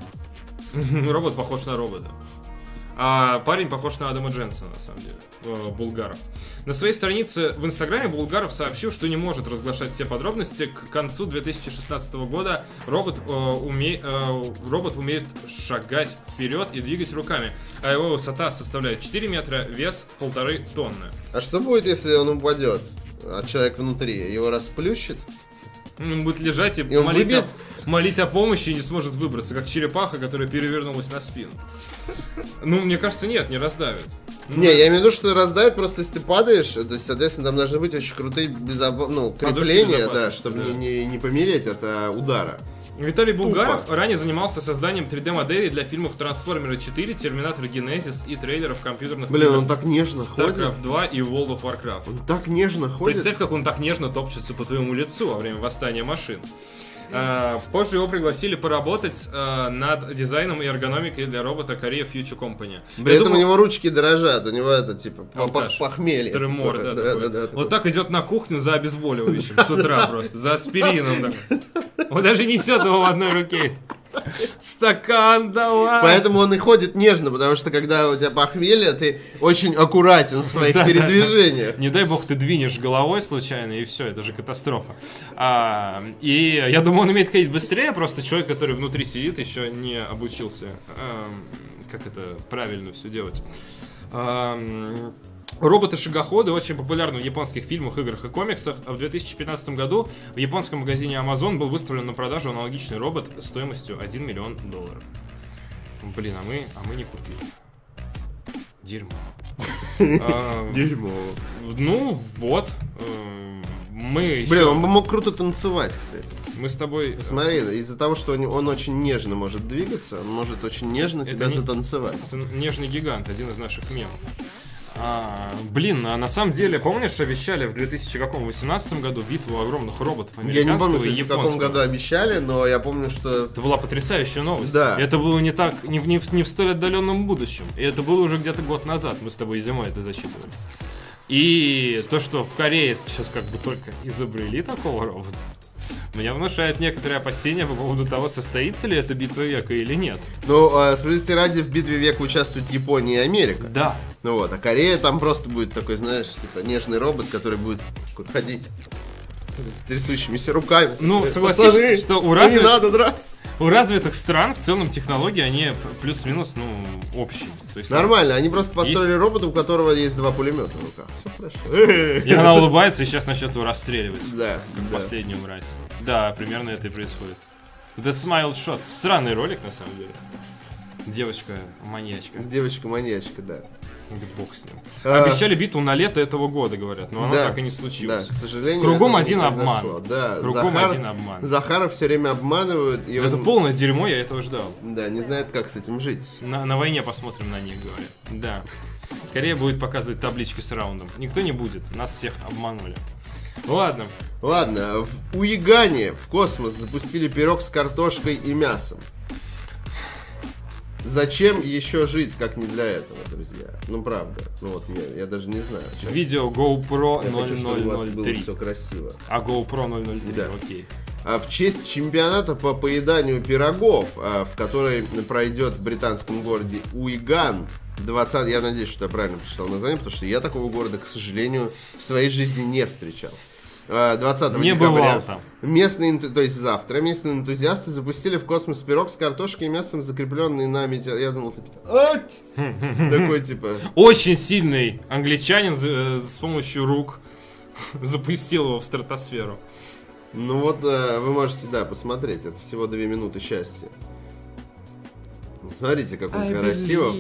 Робот похож на робота. А парень похож на Адама Дженсона, на самом деле, э, Булгаров. На своей странице в Инстаграме Булгаров сообщил, что не может разглашать все подробности. К концу две тысячи шестнадцатого года робот, э, уме- э, робот умеет шагать вперед и двигать руками, а его высота составляет четыре метра, вес полторы тонны. А что будет, если он упадет? А человек внутри его расплющит? Он будет лежать и, И он молить, выбьет? о, молить о помощи и не сможет выбраться, как черепаха, которая перевернулась на спину. Ну, мне кажется, нет, не раздавит. Ну, Не, я имею в виду, что раздавит просто, если ты падаешь, то есть, соответственно, там должны быть очень крутые безопа- ну, Подушки крепления, да, безопасности, чтобы да. Не, не, не помереть от а, удара. Виталий Булгаров ранее занимался созданием три дэ-моделей для фильмов «Трансформеры четыре», «Терминатор Генезис» и трейлеров компьютерных Блин, игр он так нежно ходит. StarCraft два и World of Warcraft. Он так нежно ходит. Представь, как он так нежно топчется по твоему лицу во время восстания машин. А, позже его пригласили поработать а, над дизайном и эргономикой для робота Korea Future Company. При Я этом думал, у него ручки дрожат, у него это типа Алкаш. похмелье. Тремор, да, да, такой. да, да, Вот такой. так идет на кухню за обезболивающим с утра просто, за аспирином. Так. Он даже несет его в одной руке. Стакан давай. Поэтому он и ходит нежно, потому что когда у тебя похмелье, ты очень аккуратен в своих Да, передвижениях. Не дай бог ты двинешь головой случайно, и все, это же катастрофа. А, и я думаю, он умеет ходить быстрее, просто человек, который внутри сидит, еще не обучился, а, как это правильно все делать. А, Роботы-шагоходы очень популярны в японских фильмах, играх и комиксах. В две тысячи пятнадцатом году в японском магазине Amazon был выставлен на продажу аналогичный робот стоимостью один миллион долларов. Блин, а мы, а мы не купили. Дерьмо. А, Дерьмо. Ну вот. э, Мы еще... Блин, он бы мог круто танцевать, кстати. Мы с тобой... Смотри, из-за того, что он, он очень нежно может двигаться, он может очень нежно Это тебя не- затанцевать. Это нежный гигант, один из наших мемов. А, блин, а на самом деле, помнишь, обещали в две тысячи восемнадцатом году битву огромных роботов Я не американского помню, и кстати, в каком японского? году обещали, но я помню, что... Это была потрясающая новость. Да. Это было не так, не, в- не, в- не в столь отдаленном будущем. И это было уже где-то год назад. Мы с тобой зимой это засчитывали. И то, что в Корее сейчас как бы только изобрели такого робота, меня внушает некоторые опасения по поводу того, состоится ли эта битва века или нет. Ну, э, справедливости ради, в битве века участвуют Япония и Америка. Да. Ну вот, а Корея там просто будет такой, знаешь, типа нежный робот, который будет ходить с трясущимися руками. Ну, Э, согласись, пацаны, что у ну, развит- не надо драться. У развитых стран в целом технологии, они п- плюс-минус, ну, общие. То есть, Нормально, они просто построили робота, у которого есть два пулемета в руках. Все хорошо. И она улыбается и сейчас начнет его расстреливать. Да, да. Последнюю мразь. Да, примерно это и происходит. The Smile Shot. Странный ролик, на самом деле. Девочка-маньячка. Девочка-маньячка, да. Да бог с ним. А. Обещали битву на лето этого года, говорят, но оно Да, так и не Да, случилось. к сожалению. Кругом этого один не обман. произошло. Да, Кругом Захар- один обман. Захара все время обманывают, и Это он, полное дерьмо, я этого ждал. да, не знает, как с этим жить. На, на войне посмотрим на них, говорят. Да. Скорее будет показывать таблички с раундом. Никто не будет, нас всех обманули. Ладно. Ладно, в Уигане в космос запустили пирог с картошкой и мясом. Зачем еще жить, как не для этого, друзья? Ну, правда. Ну вот, я, я даже не знаю. Сейчас. Видео GoPro Я хочу, чтобы у вас было ноль ноль ноль три. все красиво. А GoPro ноль ноль три, Да. окей. А в честь чемпионата по поеданию пирогов, а, в который пройдет в британском городе Уиган, двадцатого я надеюсь, что я правильно прочитал название, потому что я такого города, к сожалению, в своей жизни не встречал. А, двадцатого Не декабря бывал там. местные, энту- то есть завтра, местные энтузиасты запустили в космос пирог с картошкой и мясом, закрепленный на метеор... Я думал, типа, «Ать!» такой, типа... Очень сильный англичанин за- с помощью рук запустил его в стратосферу. Ну вот, э, вы можете, да, посмотреть. Это всего две минуты счастья. Смотрите, как он красиво.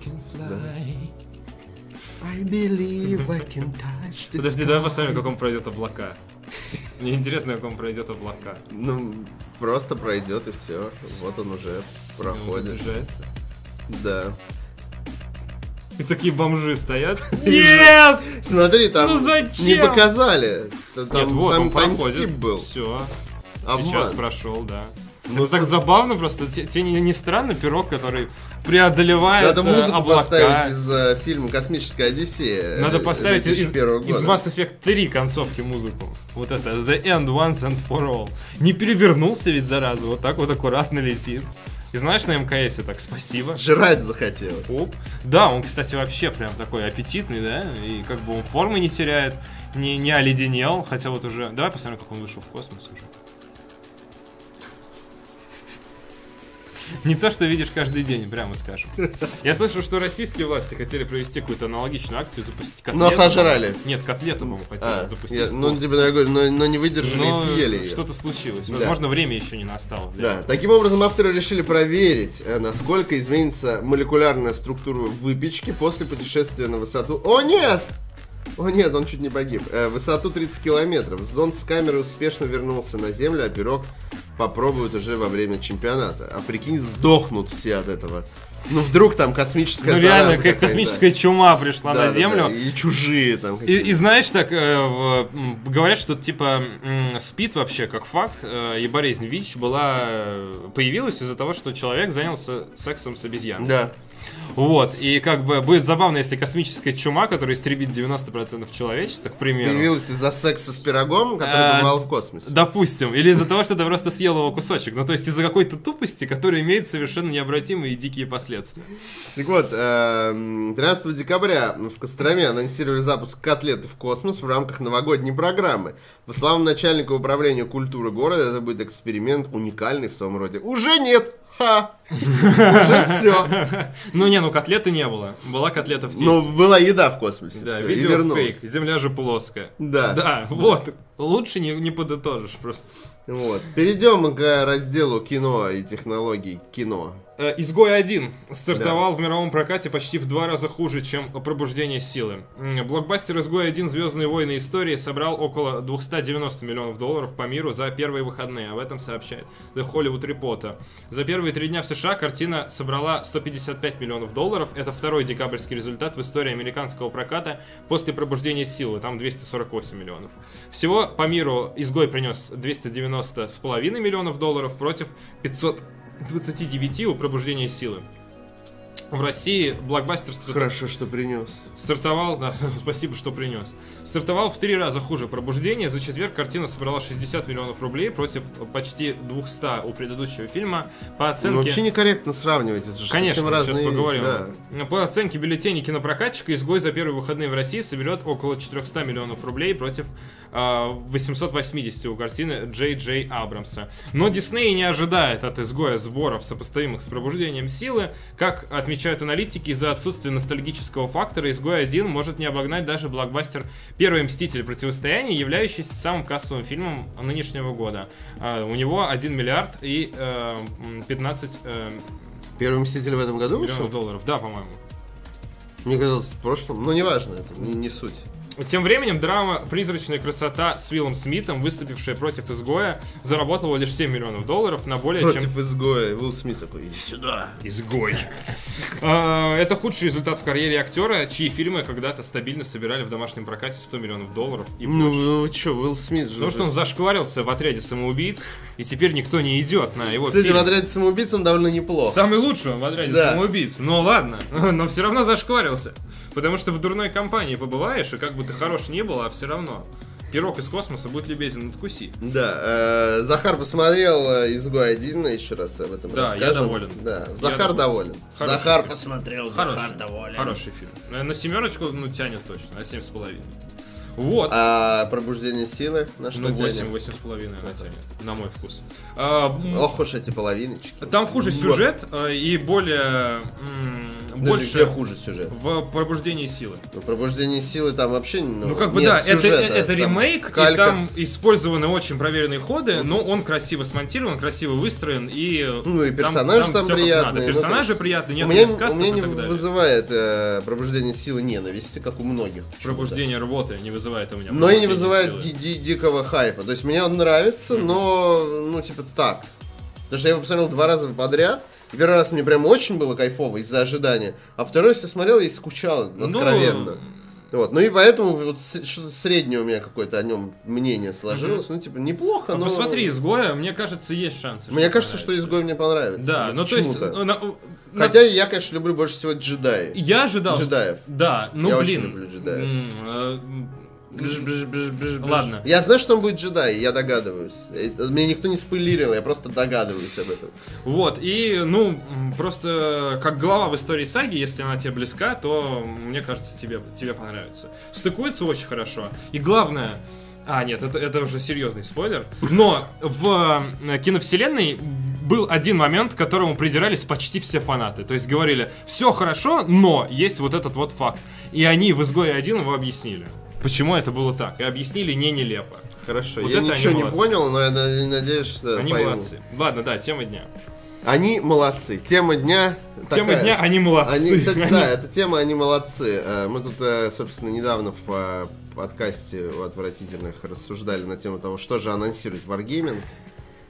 I believe I can touch the Подожди, sky. давай посмотрим, как он пройдет облака. Мне интересно, как он пройдет облака. Ну, просто пройдет и все. Вот он уже Он проходит. приближается. Да. И такие бомжи стоят. Нет! Смотри, там Ну зачем? не показали. Т- Там, Нет, вот там он проходит. таймскип был. Все. Обман. Сейчас прошел, да. Ну, Ну так с- забавно просто. Те- Тебе не, не странно пирог, который преодолевает Надо э, музыку облака. поставить из э, фильма «Космическая Одиссея». Надо э, поставить из, две тысячи первого из года. Mass Effect три концовки музыку. Вот это The End Once and For All. Не перевернулся ведь, зараза. Вот так вот аккуратно летит. И знаешь, на МКСе так, спасибо. Жрать захотелось. Оп. Да, он, кстати, вообще прям такой аппетитный, да? И как бы он формы не теряет, не, не оледенел. Хотя вот уже... Давай посмотрим, как он вышел в космос уже. Не то, что видишь каждый день, прямо скажем. Я слышал, что российские власти хотели провести какую-то аналогичную акцию, запустить котлету. Но сожрали. Нет, котлету, по-моему, хотели А, запустить. я- в ну, космос. типа, я говорю, но, но не выдержали Но и съели ее. что-то случилось. Да. Возможно, время еще не настало для Да, этого. таким образом авторы решили проверить, э, насколько изменится молекулярная структура выпечки после путешествия на высоту... О, нет! О, нет, он чуть не погиб. Э, высоту тридцать километров. Зонд с камерой успешно вернулся на Землю, а пирог попробуют уже во время чемпионата. А прикинь, сдохнут все от этого. Ну вдруг там космическая Ну реально, как космическая чума пришла да, на Землю. Да, да. И чужие там. И, и знаешь, так э, в, говорят, что типа м, СПИД вообще как факт э, и болезнь ВИЧ была появилась из-за того, что человек занялся сексом с обезьяной. Да. Вот, и как бы будет забавно, если космическая чума, которая истребит девяносто процентов человечества, к примеру. Появилась из-за секса с пирогом, который А, бывал в космосе. Допустим, или из-за того, что ты просто съел его кусочек. Ну, то есть из-за какой-то тупости, которая имеет совершенно необратимые и дикие последствия. Так вот, эм, тринадцатого декабря в Костроме анонсировали запуск котлеты в космос в рамках новогодней программы. По словам начальника управления культуры города, это будет эксперимент уникальный в своем роде. Уже нет! Ха! Уже все. Ну не, ну котлеты не было. Была котлета в тесте. Но была еда в космосе. Да, всё, и видео вернулась. фейк. Земля же плоская. Да. Да, вот. Лучше не, не подытожишь просто. Вот. Перейдем к разделу кино и технологий кино. Э, Изгой один стартовал в мировом прокате почти в два раза хуже, чем Пробуждение силы. М, Блокбастер Изгой один Звездные войны истории собрал около двести девяносто миллионов долларов по миру за первые выходные. Об этом сообщает The Hollywood Reporter. За первые три дня в США картина собрала сто пятьдесят пять миллионов долларов. Это второй декабрьский результат в истории американского проката после Пробуждения силы. Там двести сорок восемь миллионов. Всего по миру Изгой принес двести девяносто с половиной миллионов долларов против пятьсот двадцати девяти у Пробуждения силы. В России блокбастер старт... Хорошо, что принес. стартовал, да, спасибо, что принес. Стартовал в три раза хуже Пробуждения. За четверг картина собрала шестьдесят миллионов рублей против почти двухсот у предыдущего фильма. По оценке... Ну, вообще некорректно сравнивать, это же Конечно, совсем разные... сейчас поговорим. Да. По оценке бюллетеней кинопрокатчика, Изгой за первые выходные в России соберет около четырехсот миллионов рублей против э, восьмисот восьмидесяти у картины Джей Джей Абрамса. Но Дисней не ожидает от Изгоя сборов, сопоставимых с Пробуждением силы. Как отмечают аналитики, из-за отсутствия ностальгического фактора Изгой один может не обогнать даже блокбастер Первый Мститель. Противостояние, являющийся самым кассовым фильмом нынешнего года. Uh, у него один миллиард и uh, пятнадцать uh, Первый Мститель в этом году миллионов вышел? долларов. Да, по-моему. Мне казалось, в прошлом. Ну, неважно, это не, не суть. Тем временем драма «Призрачная красота» с Уиллом Смитом, выступившая против «Изгоя», заработала лишь семь миллионов долларов на более Против чем... изгоя. Уилл Смит такой, иди сюда. Изгой. А, Это худший результат в карьере актера, чьи фильмы когда-то стабильно собирали в домашнем прокате сто миллионов долларов и Ну, больше. ну чё, Уилл Смит же... Потому что он зашкварился в «Отряде самоубийц», и теперь никто не идет на его Кстати, фильм. в «Отряде самоубийц» он довольно неплох. Самый лучший он в «Отряде Да. самоубийц». Ну ладно, но все равно зашкварился. Потому что в дурной компании побываешь, и как бы ты хорош не был, а все равно. Пирог из космоса, будь любезен, откуси. Да, э, Захар посмотрел э, «Изгой один», еще раз об этом Да, расскажем. я доволен. Да, Я Захар доволен. Хороший Захар фильм. посмотрел, Хороший, Захар доволен. хороший фильм. На на семерочку, ну, тянет точно, на семь с половиной. Вот. А «Пробуждение силы» на что Ну, восемь, тянет? восемь с половиной она тянет, на мой вкус. А, м, Ох уж эти половиночки. Там хуже Вот. сюжет э, и более... м, Даже где больше хуже сюжет? в «Пробуждении силы». Ну, «Пробуждение силы» там вообще ну, Ну, как бы нет да, это, сюжета, это там ремейк, и калька там с- использованы очень проверенные ходы, но он красиво смонтирован, красиво выстроен, и... Ну, и персонажи там всё как приятные, надо. ну, Персонажи там- приятные, У нет меня, мискастов у меня и не так далее. вызывает э, «Пробуждение силы» ненависти, как у многих. почему-то. Пробуждение работы не вызывает у меня. Но и не пробуждение вызывает силы. ди- ди- дикого хайпа. То есть мне он нравится, но, ну, типа, так. Потому что я его посмотрел два раза подряд. И первый раз мне прям очень было кайфово из-за ожидания. А второй раз я смотрел и скучал Ну, откровенно. Вот. Ну и поэтому вот с- что-то среднее у меня какое-то о нем мнение сложилось. Ну, типа, неплохо, А но... посмотри, «Изгоя», мне кажется, есть шансы. Мне что кажется, что понравится. «Изгой» мне понравится. Да, Вот ну то есть... почему-то. ну, на- на- Хотя я, конечно, люблю больше всего джедаев. Я ожидал... что- Джедаев. Да, ну Я блин. очень люблю джедаев. м, э, Бж- бж- бж- бж- бж. Ладно. Я знаю, что он будет джедай, я догадываюсь. Это- Мне никто не спойлерил, я просто догадываюсь об этом. Вот, и, ну, м, просто как глава в истории саги, если она тебе близка, то, мне кажется, тебе, тебе понравится. Стыкуется очень хорошо. И главное... А, нет, это, это уже серьезный спойлер. Но в э, киновселенной был один момент, к которому придирались почти все фанаты. То есть говорили, все хорошо, но есть вот этот вот факт. И они в «Изгое один» его объяснили. Почему это было так? И объяснили не нелепо. Хорошо, Вот я это они ничего не молодцы. понял, но я на- надеюсь, что Они пойму. молодцы. Ладно, да, тема дня. Они молодцы. Тема дня Тема такая. дня, они молодцы. Они, кстати, Они- да, эта тема «Они молодцы». Э, Мы тут, э, собственно, недавно в э, подкасте у отвратительных рассуждали на тему того, что же анонсировать Wargaming.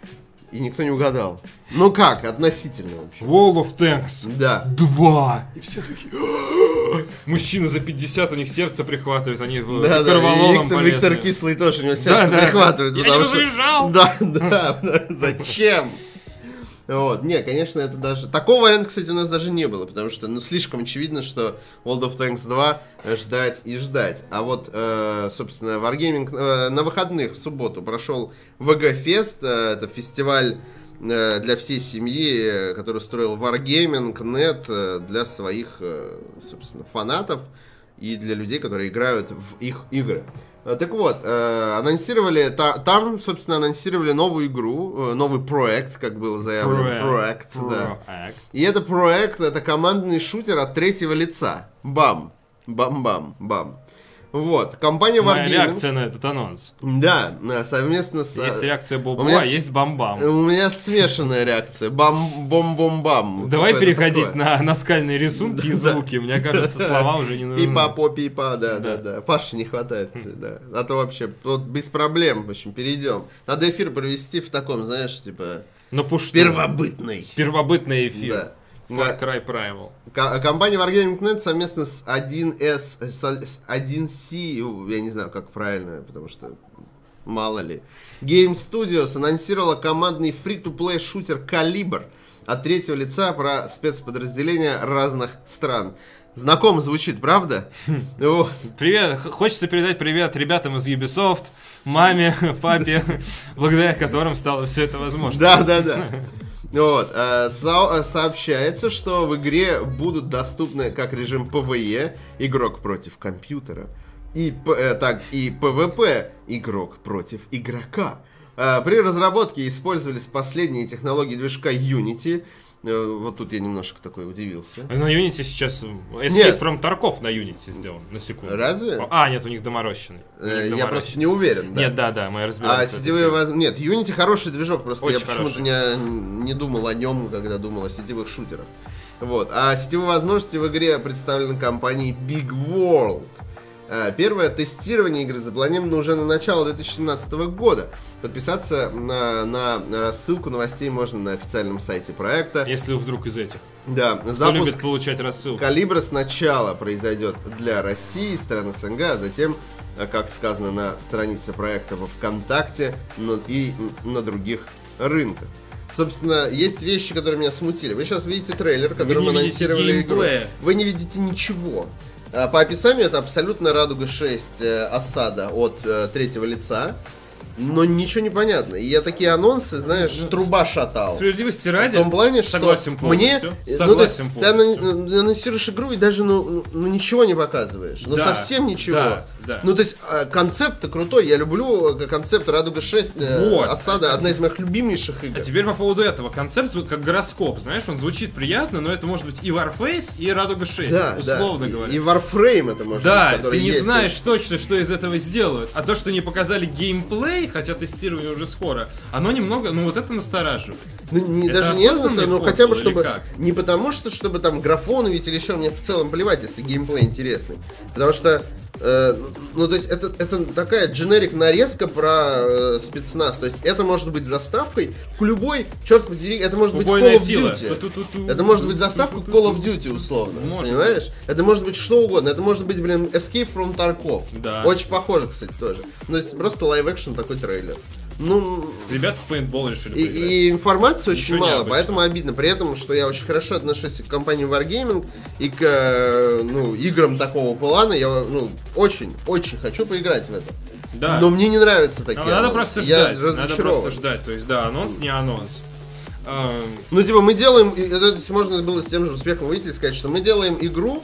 И никто не угадал. Ну как, относительно вообще. World of Tanks Да. два. И все такие... Мужчины за пятьдесят, у них сердце прихватывает, они в Да, за да, и корвалолом Виктор, полезли. Виктор Кислый тоже, у него сердце Да, да. прихватывает. Я потому не что- разряжал. Да, да, да, зачем? Вот, не, конечно, это даже... Такого варианта, кстати, у нас даже не было, потому что, ну, слишком очевидно, что World of Tanks два ждать и ждать. А вот, э, собственно, Wargaming э, на выходных в субботу прошел ви джи Fest, э, это фестиваль э, для всей семьи, э, который устроил Wargaming точка нет э, для своих, э, собственно, фанатов и для людей, которые играют в их игры. Э, Так вот, э, анонсировали, та- там, собственно, анонсировали новую игру, э, новый проект, как было заявлено. Проект, да. Проект. И это проект, это командный шутер от третьего лица. Бам. Бам-бам-бам. Вот, компания Моя Wargaming. реакция на этот анонс. Да, да, совместно с... Есть реакция у Бобо, меня а с- есть Бам-Бам. У меня смешанная реакция. Бам-бом-бом-бам. Давай Какое-то переходить такое. на наскальные рисунки и Да. звуки. Мне кажется, слова уже не нужны. Пипа, по, пипа, да, да, Да. да. Паши не хватает, да. А то вообще, вот без проблем, в общем, перейдем. Надо эфир провести в таком, знаешь, типа, Но пуш первобытный. Первобытный эфир. Да. Far Cry Primal. Ко- Компания Wargaming точка нет совместно с один эс, с с один си, я не знаю, как правильно, потому что мало ли. Game Studios анонсировала командный фри-то-плей шутер Калибр от третьего лица про спецподразделения разных стран. Знакомо звучит, правда? Вот. Привет, х- хочется передать привет ребятам из Ubisoft, маме, папе, благодаря которым стало все это возможно. Да, да, да. Вот, э, со- сообщается, что в игре будут доступны как режим ПВЕ, игрок против компьютера, и, п- э, так, и ПВП, игрок против игрока. Э, при разработке использовались последние технологии движка Unity. Э, вот тут я немножко такой удивился. На Unity сейчас... Escape Нет. from Tarkov на Unity сделан, на секунду. Разве? А, нет, у них доморощенный. У них Э, я доморощенный. просто не уверен. Да. Нет, да, да, мы А разбирались. в этой сетевые теме. воз... Нет, Unity хороший движок, просто Очень я почему-то не, не думал о нем, когда думал о сетевых шутерах. Вот. А сетевые возможности в игре представлены компанией Big World. А, Первое тестирование игры запланировано уже на начало две тысячи семнадцатого года. Подписаться на, на рассылку новостей можно на официальном сайте проекта. Если вы вдруг из этих. Да, Кто запуск любит получать рассылку. Калибра сначала произойдет для России, стран СНГ, а затем, э, как сказано на странице проекта во ВКонтакте, но и на других рынках. Собственно, есть вещи, которые меня смутили. Вы сейчас видите трейлер, который не мы видите анонсировали игру. геймплея. Вы не видите ничего. А, По описанию это абсолютно Радуга шесть э, осада от э, третьего лица. Но ничего не понятно. И я такие анонсы, знаешь, Ну, труба шатал. Справедливости В ради, том плане, что согласен мне, полностью. э, Согласен ну, то есть, ты полностью. ана- анонсируешь игру и даже ну, ну ничего не показываешь, ну Да, совсем ничего. да, да. Ну то есть э, концепт-то крутой, я люблю э, концепт Радуга шесть, э, Вот. осада, одна из моих любимейших игр. А теперь по поводу этого. Концепт звучит как гороскоп, знаешь, он звучит приятно, но это может быть и Warface, и Радуга шесть, Да, условно да. говоря. И, и Warframe это может Да, быть, который ты не есть. знаешь точно, что из этого сделают. А то, что не показали геймплей, хотя тестирование уже скоро, оно немного, ну вот это настораживает. Ну, не, Это даже не осознанный это, но ход хотя бы был или чтобы... как? Не потому что, чтобы там графон увидеть или еще, мне в целом плевать, если геймплей интересный. Потому что, э, ну то есть это, это такая дженерик нарезка про э, спецназ. То есть это может быть заставкой к любой, черт подери, это может быть Убойная Call of сила. Duty. Ту-ту-ту-ту. Это может быть заставка к Call of Duty условно. Может понимаешь? Это может быть что угодно. Это может быть, блин, Escape from Tarkov. Да. Очень похоже, кстати, тоже. Ну, то есть просто лайв-экшен такой трейлер. Ну, Ребята в пейнтбол решили и, поиграть. и информации очень Ничего мало, необычного. поэтому обидно. При этом, что я очень хорошо отношусь к компании Wargaming и к э, ну, играм такого плана, я ну, очень, очень хочу поиграть в это. Да. Но мне не нравятся такие. Но надо анонсы. просто Я ждать. Надо разочарован. просто ждать. То есть, да, анонс не анонс. Эм, Ну, типа, мы делаем, и это можно было с тем же успехом выйти и сказать, что мы делаем игру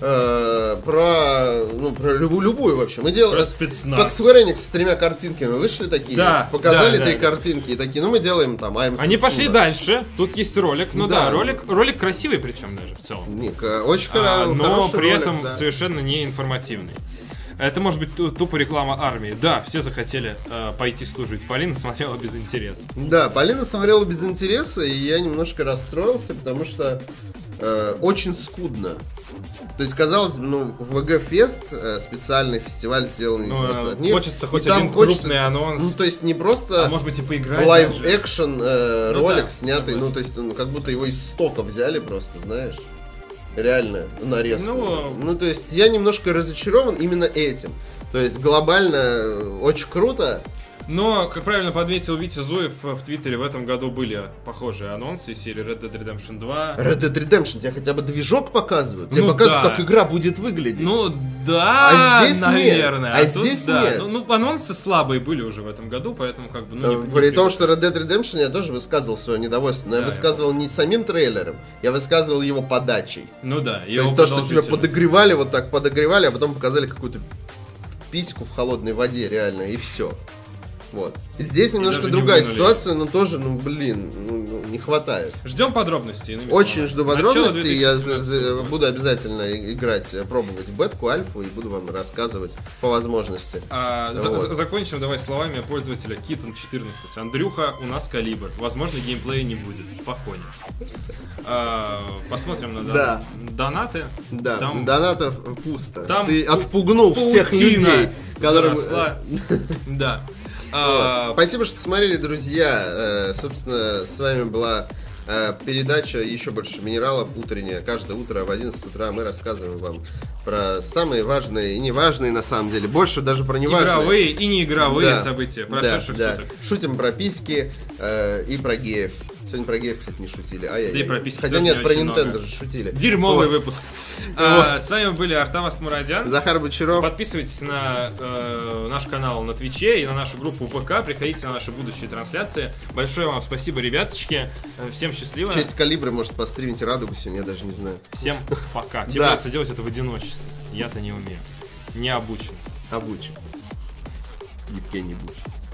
э, про, ну, про любую, любую вообще. Мы делаем, Про спецназ. как Square Enix с тремя картинками вышли такие, Да, показали да, три да. картинки и такие, ну мы делаем там I'm Они Setsuna. пошли дальше. Тут есть ролик. Ну да, Да. ролик, ролик красивый, причем даже в целом. Ник, э, очень А, хоро- но хороший при ролик, этом да. совершенно не информативный. Это может быть ту- тупо реклама армии. Да, все захотели э, пойти служить. Полина смотрела без интереса. Да, Полина смотрела без интереса, и я немножко расстроился, потому что э, очень скудно. То есть, казалось бы, ну, вэ гэ-фест, э, специальный фестиваль, сделанный Ну, вот от них. хочется и хоть там один хочется- крупный анонс. Ну, то есть, не просто А может быть и поиграть даже. лайв-экшен э, Ну ролик да, снятый, согласен. ну, то есть, ну, как будто его из стока взяли просто, знаешь. Реально, нарезку. Ну, Ну, то есть, я немножко разочарован именно этим. То есть, глобально э, очень круто. Но, как правильно подметил Витя Зуев, в Твиттере в этом году были похожие анонсы из серии Red Dead Redemption два. Red Dead Redemption, тебе хотя бы движок показывают. Тебе Ну показывают, да. как игра будет выглядеть. Ну да, А здесь наверное. нет. А тут здесь да. нет. Ну, ну, анонсы слабые были уже в этом году, поэтому как бы, ну, Э, не, не При том, привык. что Red Dead Redemption я тоже высказывал свое недовольство, но Да, я я высказывал не самим трейлером, я высказывал его подачей. Ну да, То есть то, что тебя подогревали, вот так подогревали, а потом показали какую-то письку в холодной воде, реально, и все. Вот. И здесь немножко даже не другая вынули. ситуация, но тоже, ну, блин, ну, ну, не хватает. Ждем подробностей. иными Очень словами. жду Начало подробностей, я две тысячи за- за- семнадцатого года. буду обязательно и- играть, э, пробовать бетку, альфу, и буду вам рассказывать по возможности. А, за- Вот. за- закончим давай словами пользователя Китон четырнадцать. Андрюха, у нас калибр. Возможно, геймплея не будет. Похонь. А, посмотрим на дон- Да. донаты. Да, Там донатов пусто. там Ты пу- отпугнул всех паутина людей, которые... заросла. Да. Вот. А, Спасибо, что смотрели, друзья. Э, Собственно, с вами была э, передача «Еще больше минералов» утренняя. Каждое утро в одиннадцать утра мы рассказываем вам про самые важные и неважные, на самом деле. Больше даже про неважные. Игровые и неигровые Да. события Да, прошедших да. суток. Шутим про письки э, и про геев. Сегодня про геев, кстати, не шутили. Ай-яй-яй. Да и про письки Хотя тоже нет, не про очень Nintendo много. же шутили. Дерьмовый Вот. выпуск. А, с вами были Артавас Мурадян. Захар Бочаров. Подписывайтесь на э, наш канал на Твиче и на нашу группу в ВК. Приходите на наши будущие трансляции. Большое вам спасибо, ребяточки. Э, Всем счастливо. В честь калибра, может, постримите радугу сегодня, я даже не знаю. Всем пока. Тем Да. более, делать это в одиночестве. Я-то не умею. Не обучен. Обучим. Евгений Буч.